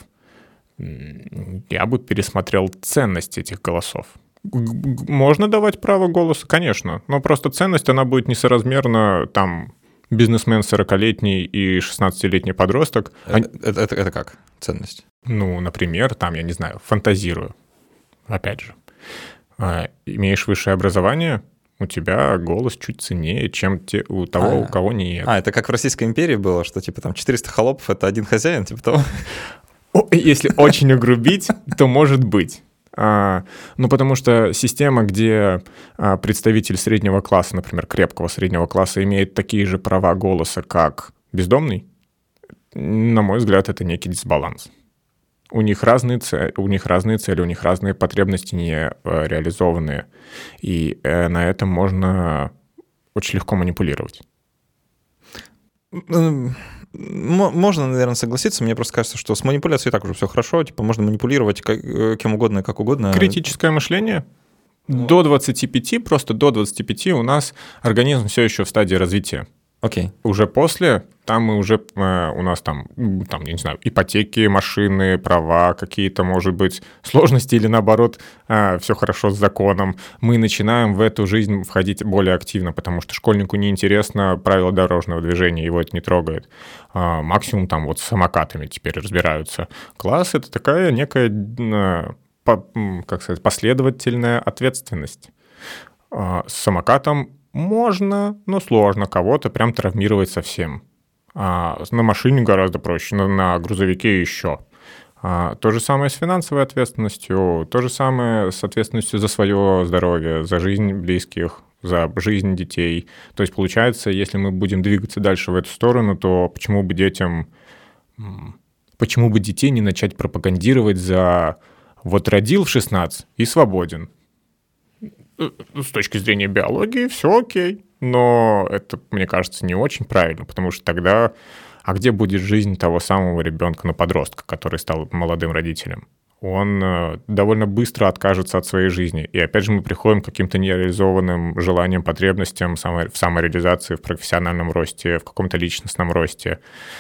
B: я бы пересмотрел ценность этих голосов. Можно давать право голоса, конечно, но просто ценность, она будет несоразмерна, там, бизнесмен сорокалетний и шестнадцатилетний подросток.
A: Это, они... это, это, это как ценность?
B: Ну, например, там, я не знаю, фантазирую. Опять же, имеешь высшее образование, у тебя голос чуть ценнее, чем те, у того, а, у кого нет.
A: А, это как в Российской империи было, что типа там четыреста холопов — это один хозяин, типа того?
B: Если очень угрубить, то может быть. А, ну, потому что система, где а, представитель среднего класса, например, крепкого среднего класса, имеет такие же права голоса, как бездомный, на мой взгляд, это некий дисбаланс. У них разные цели, у них разные цели, у них разные потребности не реализованные. И на этом можно очень легко манипулировать.
A: Можно, наверное, согласиться. Мне просто кажется, что с манипуляцией так уже все хорошо. Типа можно манипулировать кем угодно и как угодно.
B: Критическое мышление. Ну. До двадцати пяти, просто до двадцати пяти у нас организм все еще в стадии развития.
A: Окей. Okay.
B: Уже после, там мы уже, э, у нас там, там, я не знаю, ипотеки, машины, права, какие-то, может быть, сложности или, наоборот, э, все хорошо с законом. Мы начинаем в эту жизнь входить более активно, потому что школьнику неинтересно правила дорожного движения, его это не трогает. Э, максимум там вот с самокатами теперь разбираются. Класс — это такая некая, э, по, как сказать, последовательная ответственность. Э, с самокатом можно, но сложно кого-то прям травмировать совсем. А на машине гораздо проще, на, на грузовике еще. А то же самое с финансовой ответственностью, то же самое с ответственностью за свое здоровье, за жизнь близких, за жизнь детей. То есть получается, если мы будем двигаться дальше в эту сторону, то почему бы детям, почему бы детей не начать пропагандировать за вот родил в шестнадцать и свободен? С точки зрения биологии все окей, но это, мне кажется, не очень правильно, потому что тогда, а где будет жизнь того самого ребенка, ну, подростка, который стал молодым родителем? Он э, довольно быстро откажется от своей жизни. И опять же мы приходим к каким-то нереализованным желаниям, потребностям само, в самореализации, в профессиональном росте, в каком-то личностном росте.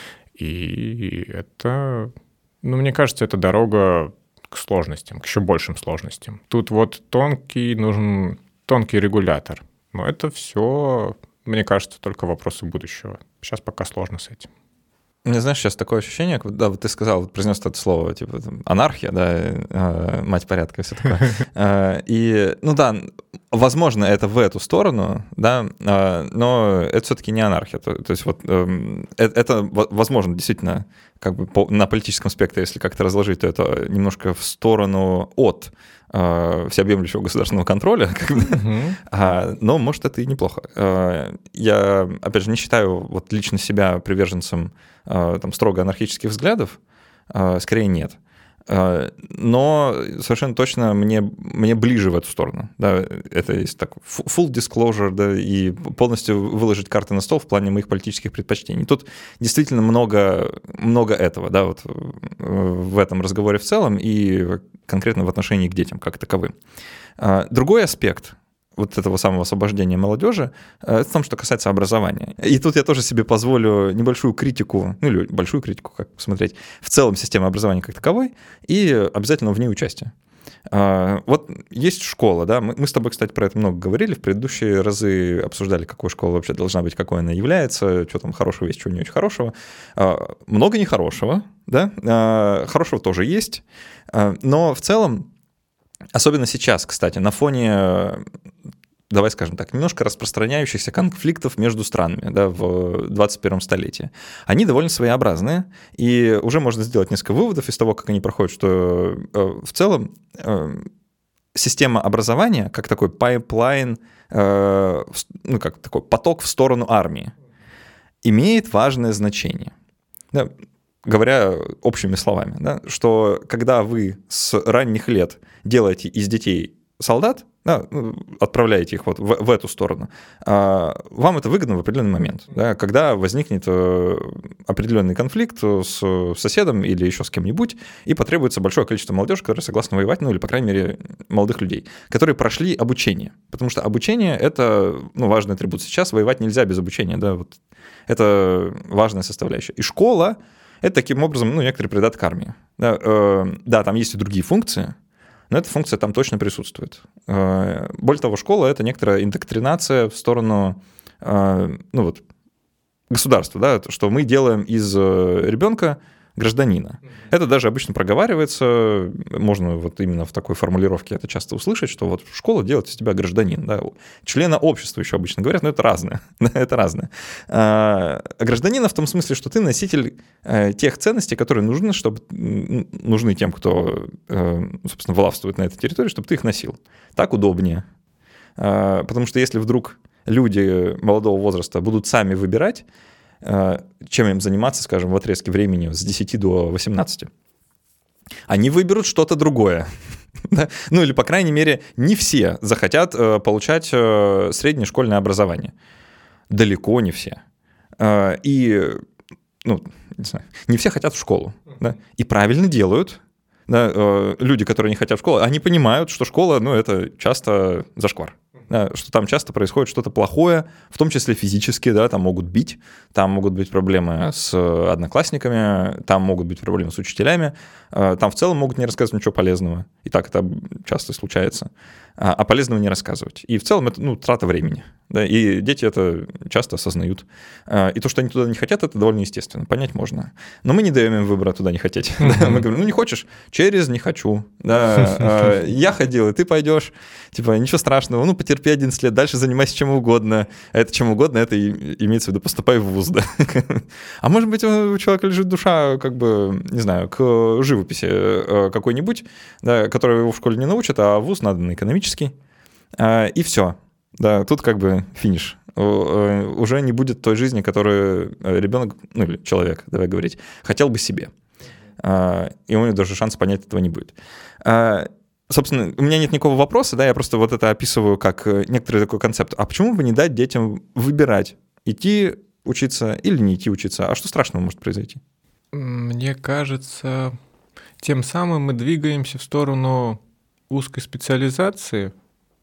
B: И это, ну, мне кажется, это дорога к сложностям, к еще большим сложностям. Тут вот тонкий, нужен тонкий регулятор. Но это все, мне кажется, только вопросы будущего. Сейчас пока сложно с этим.
A: Мне, знаешь, сейчас такое ощущение, как, да, вот ты сказал, вот произнес это слово, типа, там, анархия, да, э, мать порядка и все такое. Э, и, ну да, возможно, это в эту сторону, да, э, но это все-таки не анархия. То, то есть вот э, это, возможно, действительно, как бы по, на политическом спектре, если как-то разложить, то это немножко в сторону от э, всеобъемлющего государственного контроля, как бы, uh-huh. а, но, может, это и неплохо. Э, я, опять же, не считаю вот лично себя приверженцем там, строго анархических взглядов, скорее нет. Но совершенно точно мне, мне ближе в эту сторону. Да, это есть так full disclosure, да, и полностью выложить карты на стол в плане моих политических предпочтений. Тут действительно много, много этого, да, вот в этом разговоре в целом и конкретно в отношении к детям как таковым. Другой аспект вот этого самого освобождения молодежи, это в том, что касается образования. И тут я тоже себе позволю небольшую критику, ну или большую критику, как посмотреть, в целом системы образования как таковой, и обязательно в ней участие. Вот есть школа, да, мы, мы с тобой, кстати, про это много говорили, в предыдущие разы обсуждали, какой школа вообще должна быть, какой она является, что там хорошего есть, чего не очень хорошего. Много нехорошего, да, хорошего тоже есть, но в целом, особенно сейчас, кстати, на фоне, давай скажем так, немножко распространяющихся конфликтов между странами, да, в двадцать первом столетии, они довольно своеобразные, и уже можно сделать несколько выводов из того, как они проходят, что в целом система образования, как такой пайплайн, ну, как такой поток в сторону армии, имеет важное значение. Да, говоря общими словами, да, что когда вы с ранних лет делаете из детей солдат, да, отправляете их вот в, в эту сторону, вам это выгодно в определенный момент, да, когда возникнет определенный конфликт с соседом или еще с кем-нибудь, и потребуется большое количество молодежи, которые согласны воевать, ну или, по крайней мере, молодых людей, которые прошли обучение. Потому что обучение — это, ну, важный атрибут. Сейчас воевать нельзя без обучения, да, вот. Это важная составляющая. И школа — это таким образом, ну, некоторый придаток к армии. Да, э, да, там есть и другие функции, но эта функция там точно присутствует. Э, более того, школа — это некоторая индоктринация в сторону, э, ну, вот, государства, да, что мы делаем из ребенка гражданина. Это даже обычно проговаривается, можно вот именно в такой формулировке это часто услышать, что вот школа делает из тебя гражданин, да, члена общества еще обычно говорят, но это разное, это разное. А гражданина в том смысле, что ты носитель тех ценностей, которые нужны, чтобы, нужны тем, кто, собственно, властвует на этой территории, чтобы ты их носил. Так удобнее. Потому что если вдруг люди молодого возраста будут сами выбирать, чем им заниматься, скажем, в отрезке времени с десяти до восемнадцати, они выберут что-то другое. Ну или, по крайней мере, не все захотят получать среднее школьное образование. Далеко не все. И, ну, не знаю, не все хотят в школу. Да? И правильно делают. Да? Люди, которые не хотят в школу, они понимают, что школа, ну, это часто зашквар. Да, что там часто происходит что-то плохое, в том числе физически, да, там могут бить, там могут быть проблемы с одноклассниками, там могут быть проблемы с учителями, там в целом могут не рассказывать ничего полезного, и так это часто случается, а полезного не рассказывать. И в целом это, ну, трата времени, да, и дети это часто осознают. И то, что они туда не хотят, это довольно естественно, понять можно. Но мы не даем им выбора туда не хотеть. Mm-hmm. Мы говорим, ну, не хочешь, через не хочу. Да. Я ходил, и ты пойдешь, типа, ничего страшного, ну, потерпи одиннадцать лет, дальше занимайся чем угодно. А это чем угодно, это имеется в виду, поступай в вуз, да. А может быть, у человека лежит душа, как бы, не знаю, к живописи какой-нибудь, да, которую его в школе не научат, а вуз надо на экономический. И все. Да, тут как бы финиш. Уже не будет той жизни, которую ребенок, ну или человек, давай говорить, хотел бы себе. И у него даже шанса понять этого не будет. Собственно, у меня нет никакого вопроса, да, я просто вот это описываю как некоторый такой концепт. А почему бы не дать детям выбирать, идти учиться или не идти учиться? А что страшного может произойти?
B: Мне кажется, тем самым мы двигаемся в сторону узкой специализации,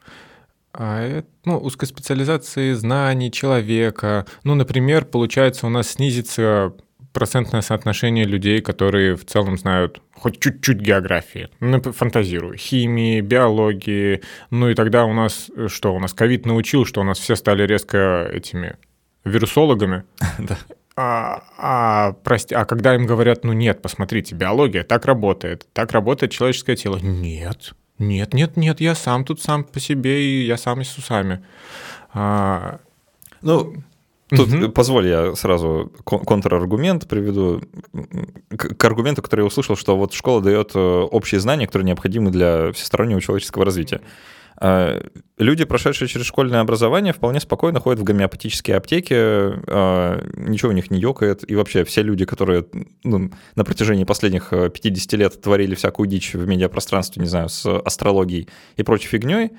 B: а это, ну, узкой специализации знаний человека. Ну, например, получается, у нас снизится процентное соотношение людей, которые в целом знают хоть чуть-чуть географии. Ну, фантазирую. Химии, биологии. Ну и тогда у нас что? У нас ковид научил, что у нас все стали резко этими вирусологами.
A: Да.
B: А, а, прости, а когда им говорят, ну нет, посмотрите, биология так работает, так работает человеческое тело. Нет, нет, нет, нет, я сам тут сам по себе, и я сам и с усами. А...
A: Ну, тут угу. Позволь, я сразу контраргумент приведу к, к аргументу, который я услышал, что вот школа дает общие знания, которые необходимы для всестороннего человеческого развития. люди, прошедшие через школьное образование, вполне спокойно ходят в гомеопатические аптеки, ничего у них не ёкает, и вообще все люди, которые ну, на протяжении последних пятьдесят лет творили всякую дичь в медиапространстве, не знаю, с астрологией и прочей фигней,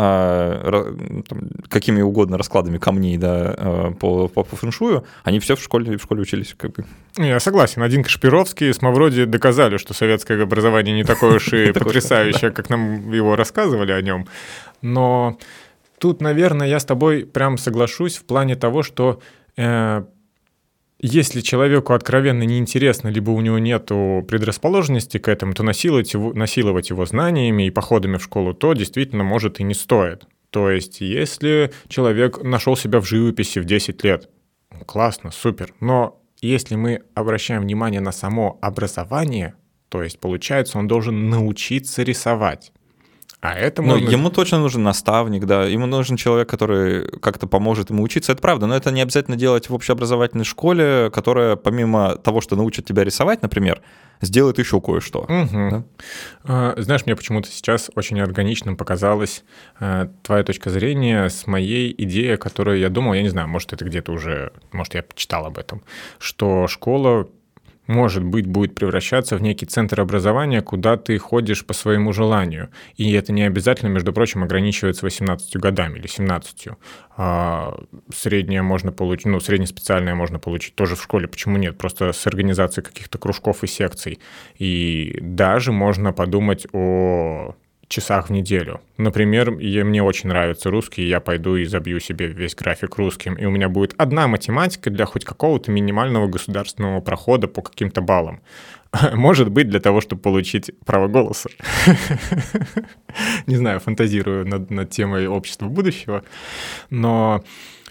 A: какими угодно раскладами камней, да, по, по, по фэншую, они все в школе, в школе учились. Как бы.
B: Я согласен. Один Кашпировский с Мавроди доказали, что советское образование не такое уж и потрясающее, как нам его рассказывали о нем. Но тут, наверное, я с тобой прям соглашусь в плане того, что э, если человеку откровенно неинтересно, либо у него нет предрасположенности к этому, то насиловать его, насиловать его знаниями и походами в школу, то действительно, может, и не стоит. То есть если человек нашел себя в живописи в десять лет, классно, супер. Но если мы обращаем внимание на само образование, то есть, получается, он должен научиться рисовать. А это
A: ну,
B: можно...
A: ему точно нужен наставник, да, ему нужен человек, который как-то поможет ему учиться, это правда, но это не обязательно делать в общеобразовательной школе, которая помимо того, что научит тебя рисовать, например, сделает еще кое-что.
B: Угу.
A: Да?
B: А, знаешь, мне почему-то сейчас очень органичным показалась а, твоя точка зрения с моей идеей, которую я думал, я не знаю, может, это где-то уже, может, я почитал об этом, что школа, может быть, будет превращаться в некий центр образования, куда ты ходишь по своему желанию. И это не обязательно, между прочим, ограничивается восемнадцатью годами или семнадцатью. А среднее можно получить, ну, среднеспециальное можно получить тоже в школе. Почему нет? Просто с организацией каких-то кружков и секций. И даже можно подумать о часах в неделю. Например, мне очень нравится русский, я пойду и забью себе весь график русским, и у меня будет одна математика для хоть какого-то минимального государственного прохода по каким-то баллам. Может быть, для того, чтобы получить право голоса. Не знаю, фантазирую над, над темой общества будущего, но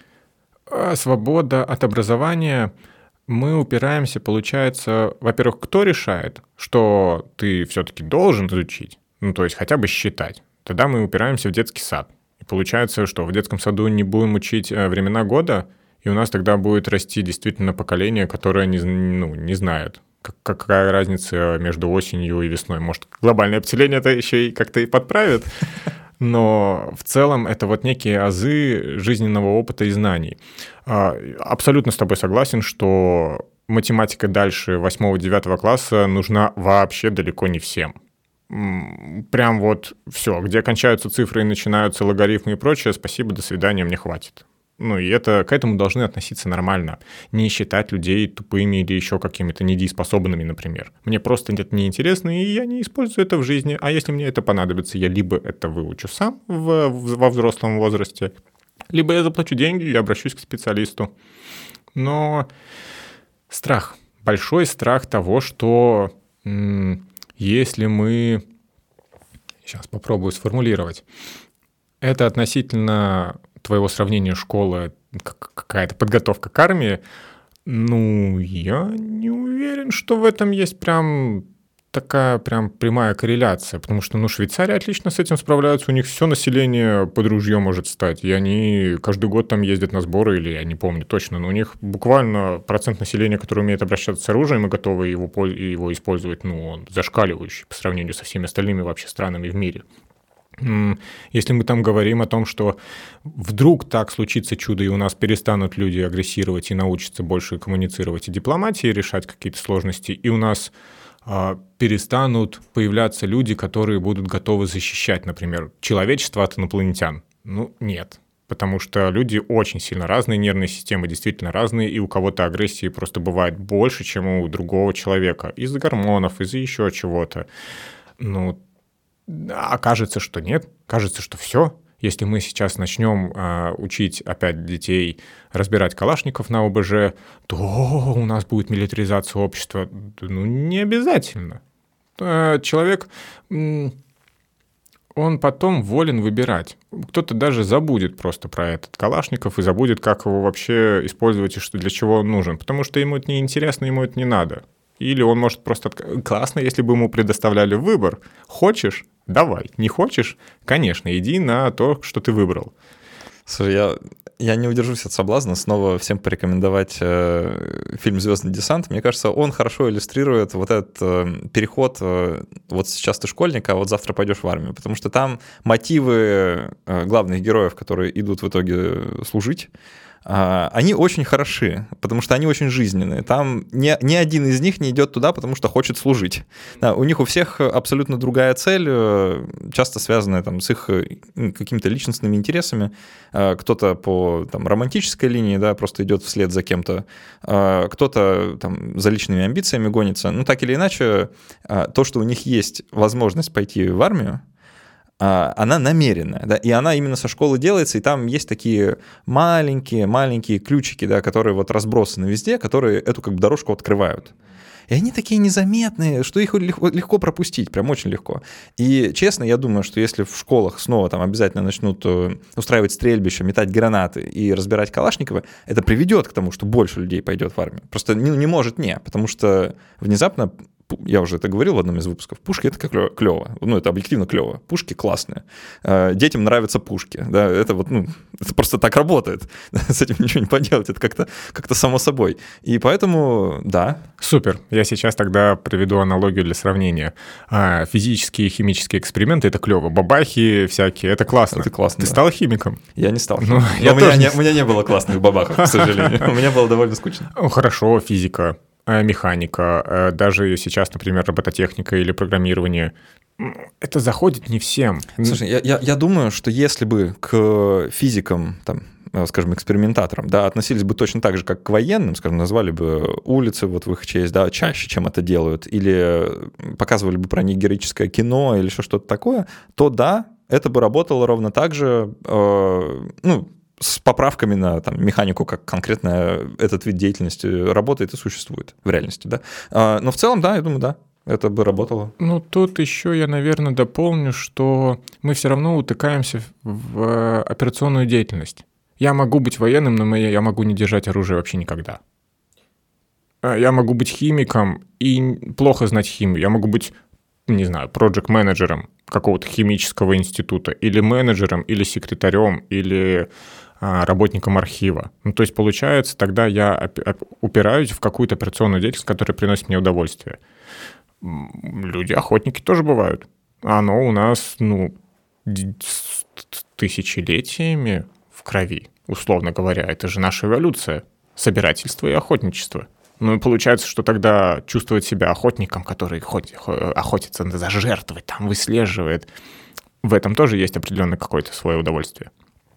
B: свобода от образования, мы упираемся, получается, во-первых, кто решает, что ты все-таки должен изучить, ну, то есть хотя бы считать. Тогда мы упираемся в детский сад. И получается, что в детском саду не будем учить времена года, и у нас тогда будет расти действительно поколение, которое не, ну, не знает, как, какая разница между осенью и весной. Может, глобальное обселение это еще и как-то и подправит, но в целом это вот некие азы жизненного опыта и знаний. Абсолютно с тобой согласен, что математика дальше восьмого-девятого класса нужна вообще далеко не всем. Прям вот все, где кончаются цифры и начинаются логарифмы и прочее, спасибо, до свидания, мне хватит. Ну и это, к этому должны относиться нормально. Не считать людей тупыми или еще какими-то недееспособными, например. Мне просто это неинтересно, и я не использую это в жизни. А если мне это понадобится, я либо это выучу сам в, в, во взрослом возрасте, либо я заплачу деньги или обращусь к специалисту. Но страх, большой страх того, что... М- Если мы... Сейчас попробую сформулировать. Это относительно твоего сравнения школы, какая-то подготовка к армии. Ну, я не уверен, что в этом есть прям такая прям прямая корреляция, потому что, ну, швейцарии отлично с этим справляются, у них все население под ружье может стать, и они каждый год там ездят на сборы, или я не помню точно, но у них буквально процент населения, который умеет обращаться с оружием и готовы его, его использовать, ну, он зашкаливающий по сравнению со всеми остальными вообще странами в мире. Если мы там говорим о том, что вдруг так случится чудо, и у нас перестанут люди агрессировать и научатся больше коммуницировать и дипломатии, решать какие-то сложности, и у нас перестанут появляться люди, которые будут готовы защищать, например, человечество от инопланетян. Ну, нет. Потому что люди очень сильно разные, нервные системы действительно разные, и у кого-то агрессии просто бывает больше, чем у другого человека. Из-за гормонов, из-за еще чего-то. Ну, а кажется, что нет. Кажется, что все. Если мы сейчас начнем э, учить опять детей разбирать калашников на ОБЖ, то у нас будет милитаризация общества. Ну, не обязательно. Э, человек, э, он потом волен выбирать. Кто-то даже забудет просто про этот калашников и забудет, как его вообще использовать и что, для чего он нужен. Потому что ему это не интересно, ему это не надо. Или он может просто... Отк... Классно, если бы ему предоставляли выбор. Хочешь? Давай. Не хочешь? Конечно, иди на то, что ты выбрал.
A: Слушай, я, я не удержусь от соблазна снова всем порекомендовать э, фильм «Звездный десант». Мне кажется, он хорошо иллюстрирует вот этот э, переход. Э, вот сейчас ты школьник, а вот завтра пойдешь в армию. Потому что там мотивы э, главных героев, которые идут в итоге служить, они очень хороши, потому что они очень жизненные. Там ни, ни один из них не идет туда, потому что хочет служить. Да, у них у всех абсолютно другая цель, часто связанная там, с их какими-то личностными интересами. Кто-то по там, романтической линии, да, просто идет вслед за кем-то, кто-то там, за личными амбициями гонится. Ну, так или иначе, то, что у них есть возможность пойти в армию, она намеренная, да, и она именно со школы делается, и там есть такие маленькие-маленькие ключики, да, которые вот разбросаны везде, которые эту как бы дорожку открывают. И они такие незаметные, что их легко, легко пропустить, прям очень легко. И честно, я думаю, что если в школах снова там обязательно начнут устраивать стрельбища, метать гранаты и разбирать Калашникова, это приведет к тому, что больше людей пойдет в армию. Просто не, не может не, потому что внезапно, я уже это говорил в одном из выпусков, пушки — это как клево, ну, это объективно клево, пушки классные, детям нравятся пушки, да, это вот, ну, это просто так работает, с этим ничего не поделать, это как-то, как-то само собой, и поэтому, да.
B: Супер, я сейчас тогда приведу аналогию для сравнения. Физические и химические эксперименты — это клево, бабахи всякие — это классно.
A: Это классно,
B: Ты
A: да.
B: стал химиком?
A: Я не стал.
B: Ну,
A: Но
B: я
A: у, меня
B: тоже
A: не,
B: не...
A: у меня не было классных бабахов, к сожалению, у меня было довольно скучно.
B: Хорошо, физика, механика, даже сейчас, например, робототехника или программирование, это заходит не всем.
A: Слушай, я, я, я думаю, что если бы к физикам, там, скажем, экспериментаторам, да, относились бы точно так же, как к военным, скажем, назвали бы улицы вот в их честь, да, чаще, чем это делают, или показывали бы про них героическое кино или что-то такое, то да, это бы работало ровно так же, э, ну, с поправками на там, механику, как конкретно этот вид деятельности работает и существует в реальности, да. Но в целом, да, я думаю, да, это бы работало.
B: Ну, тут еще я, наверное, дополню, что мы все равно утыкаемся в операционную деятельность. Я могу быть военным, но я могу не держать оружие вообще никогда. Я могу быть химиком и плохо знать химию. Я могу быть, не знаю, проект-менеджером какого-то химического института, или менеджером, или секретарем, или работником архива. Ну, то есть, получается, тогда я упираюсь в какую-то операционную деятельность, которая приносит мне удовольствие. Люди-охотники тоже бывают. Оно у нас, ну, тысячелетиями в крови, условно говоря. Это же наша эволюция. Собирательство и охотничество. Ну и получается, что тогда чувствовать себя охотником, который охотится за жертвой, там выслеживает, в этом тоже есть определенное какое-то свое удовольствие.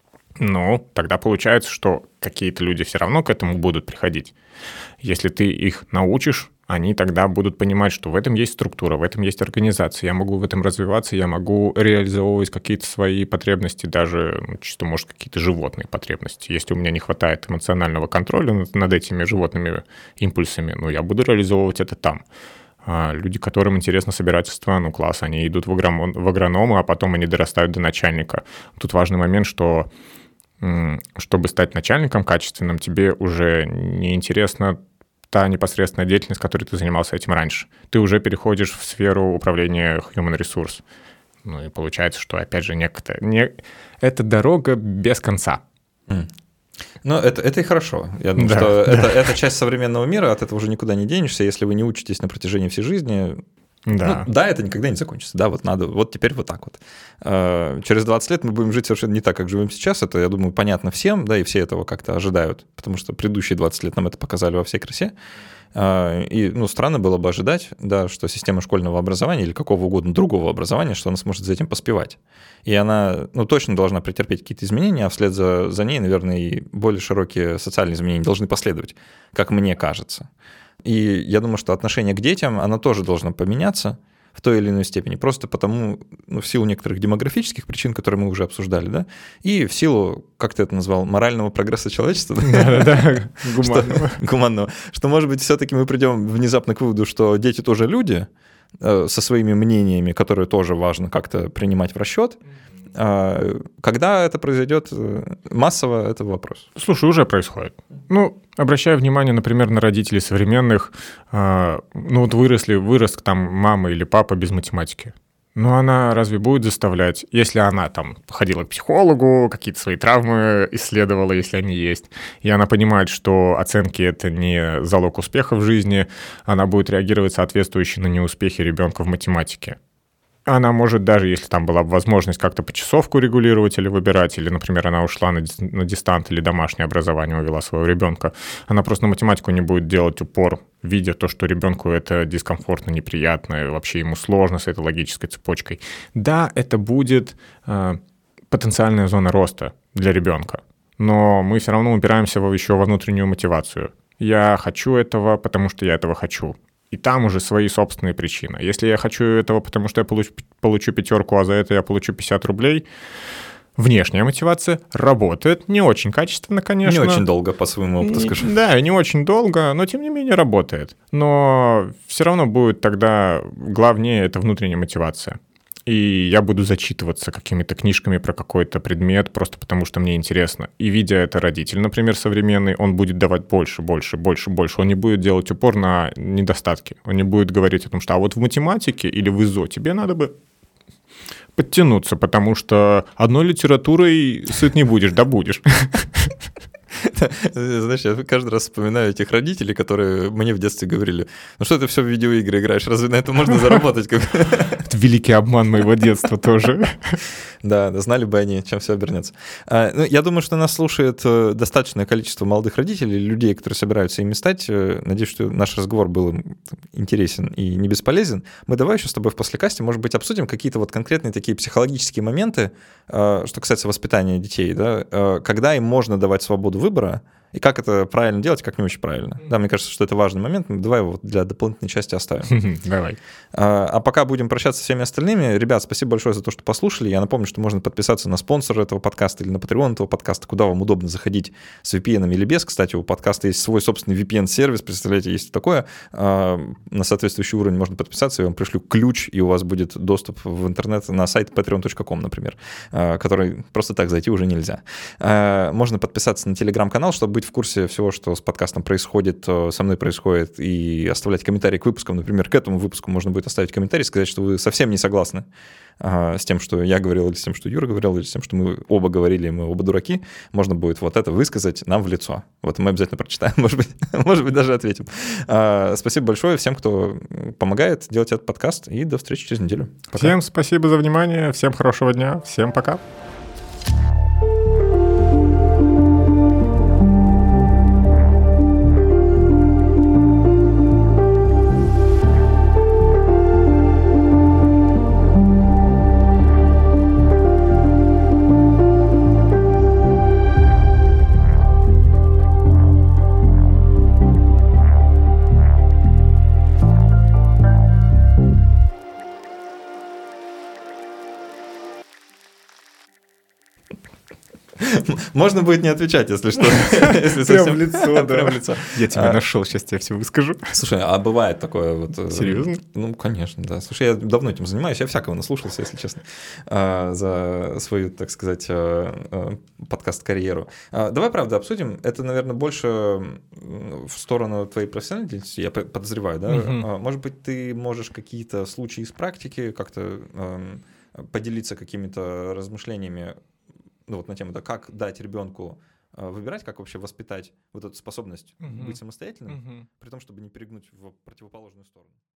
B: Ну, тогда получается, что какие-то люди все равно к этому будут приходить. Если ты их научишь, они тогда будут понимать, что в этом есть структура, в этом есть организация, я могу в этом развиваться, я могу реализовывать какие-то свои потребности, даже ну, чисто, может, какие-то животные потребности. Если у меня не хватает эмоционального контроля над, над этими животными импульсами, ну, я буду реализовывать это там. А люди, которым интересно собирательство, ну, класс, они идут в, агром, в агрономы, а потом они дорастают до начальника. Тут важный момент, что чтобы стать начальником качественным, тебе уже не интересна та непосредственная деятельность, которой ты занимался этим раньше. Ты уже переходишь в сферу управления human resource. Ну и получается, что, опять же, некто, не... это дорога без конца.
A: Mm. Ну, это, это и хорошо. Я думаю,
B: да,
A: что
B: да.
A: Это, это часть современного мира, от этого уже никуда не денешься. Если вы не учитесь на протяжении всей жизни...
B: Да.
A: Ну, да, это никогда не закончится. Да, вот надо, вот теперь вот так вот. Через двадцать лет мы будем жить совершенно не так, как живем сейчас. Это, я думаю, понятно всем, да, и все этого как-то ожидают, потому что предыдущие двадцать лет нам это показали во всей красе. И, ну, странно было бы ожидать, да, что система школьного образования или какого угодно другого образования, что она сможет за этим поспевать. И она, ну, точно должна претерпеть какие-то изменения, а вслед за, за ней, наверное, и более широкие социальные изменения должны последовать, как мне кажется. И я думаю, что отношение к детям, оно тоже должно поменяться в той или иной степени, просто потому, ну, в силу некоторых демографических причин, которые мы уже обсуждали, да, и в силу, как ты это назвал, морального прогресса человечества,
B: да, гуманного.
A: гуманного, что, может быть, все-таки мы придем внезапно к выводу, что дети тоже люди, со своими мнениями, которые тоже важно как-то принимать в расчет. Когда это произойдет массово, это вопрос.
B: Слушай, уже происходит. Ну, обращая внимание, например, на родителей современных, ну вот выросли, вырос там мама или папа без математики. Но она разве будет заставлять, если она там ходила к психологу, какие-то свои травмы исследовала, если они есть, и она понимает, что оценки — это не залог успеха в жизни, она будет реагировать соответствующе на неуспехи ребенка в математике. Она может, даже если там была бы возможность как-то почасовку регулировать или выбирать, или, например, она ушла на, дис- на дистант или домашнее образование, увела своего ребенка, она просто на математику не будет делать упор, видя то, что ребенку это дискомфортно, неприятно, и вообще ему сложно с этой логической цепочкой. Да, это будет э, потенциальная зона роста для ребенка, но мы все равно упираемся во, еще во внутреннюю мотивацию. Я хочу этого, потому что я этого хочу. И там уже свои собственные причины. Если я хочу этого, потому что я получу, получу пятерку, а за это я получу пятьдесят рублей, внешняя мотивация работает. Не очень качественно, конечно.
A: Не очень долго, по своему опыту, скажу.
B: Да, не очень долго, но тем не менее работает. Но все равно будет тогда главнее это внутренняя мотивация. И я буду зачитываться какими-то книжками про какой-то предмет, просто потому что мне интересно. И видя это родитель, например, современный, он будет давать больше, больше, больше, больше. Он не будет делать упор на недостатки. Он не будет говорить о том, что а вот в математике или в ИЗО тебе надо бы подтянуться, потому что одной литературой сыт не будешь, да будешь.
A: Знаешь, я каждый раз вспоминаю этих родителей, которые мне в детстве говорили: ну что ты все в видеоигры играешь, разве на это можно заработать?
B: Это великий обман моего детства тоже.
A: Да, да, знали бы они, чем все обернется. А, ну, я думаю, что нас слушает достаточное количество молодых родителей, людей, которые собираются ими стать. Надеюсь, что наш разговор был им интересен и не бесполезен. Мы давай еще с тобой в послекасте, может быть, обсудим какие-то вот конкретные такие психологические моменты, что касается воспитания детей, да, когда им можно давать свободу выбора, и как это правильно делать, как не очень правильно. Да, мне кажется, что это важный момент. Давай его для дополнительной части оставим.
B: Давай.
A: А, а пока будем прощаться со всеми остальными. Ребят, спасибо большое за то, что послушали. Я напомню, что можно подписаться на спонсора этого подкаста или на Patreon этого подкаста, куда вам удобно заходить с ви пи эн или без. Кстати, у подкаста есть свой собственный ви пи эн-сервис. Представляете, есть такое. А, на соответствующий уровень можно подписаться. Я вам пришлю ключ, и у вас будет доступ в интернет на сайт patreon точка com, например, а, который просто так зайти уже нельзя. А, можно подписаться на телеграм-канал, чтобы быть в курсе всего, что с подкастом происходит, со мной происходит, и оставлять комментарии к выпускам. Например, к этому выпуску можно будет оставить комментарий, сказать, что вы совсем не согласны а, с тем, что я говорил, или с тем, что Юра говорил, или с тем, что мы оба говорили, мы оба дураки. Можно будет вот это высказать нам в лицо. Вот мы обязательно прочитаем, может быть, может быть даже ответим. А, спасибо большое всем, кто помогает делать этот подкаст, и до встречи через неделю.
B: Пока. Всем спасибо за внимание, всем хорошего дня, всем пока.
A: Можно будет не отвечать, если что.
B: Прям в лицо, да.
A: Прям в лицо.
B: Я тебя нашел, сейчас тебе все выскажу.
A: Слушай, а бывает такое вот...
B: Серьезно?
A: Ну, конечно, да. Слушай, я давно этим занимаюсь, я всякого наслушался, если честно, за свою, так сказать, подкаст-карьеру. Давай, правда, обсудим. Это, наверное, больше в сторону твоей профессиональной деятельности, я подозреваю, да? Угу. Может быть, ты можешь какие-то случаи из практики как-то поделиться какими-то размышлениями, ну, вот на тему, да, как дать ребенку э, выбирать, как вообще воспитать вот эту способность uh-huh. быть самостоятельным, uh-huh. при том, чтобы не перегнуть в противоположную сторону.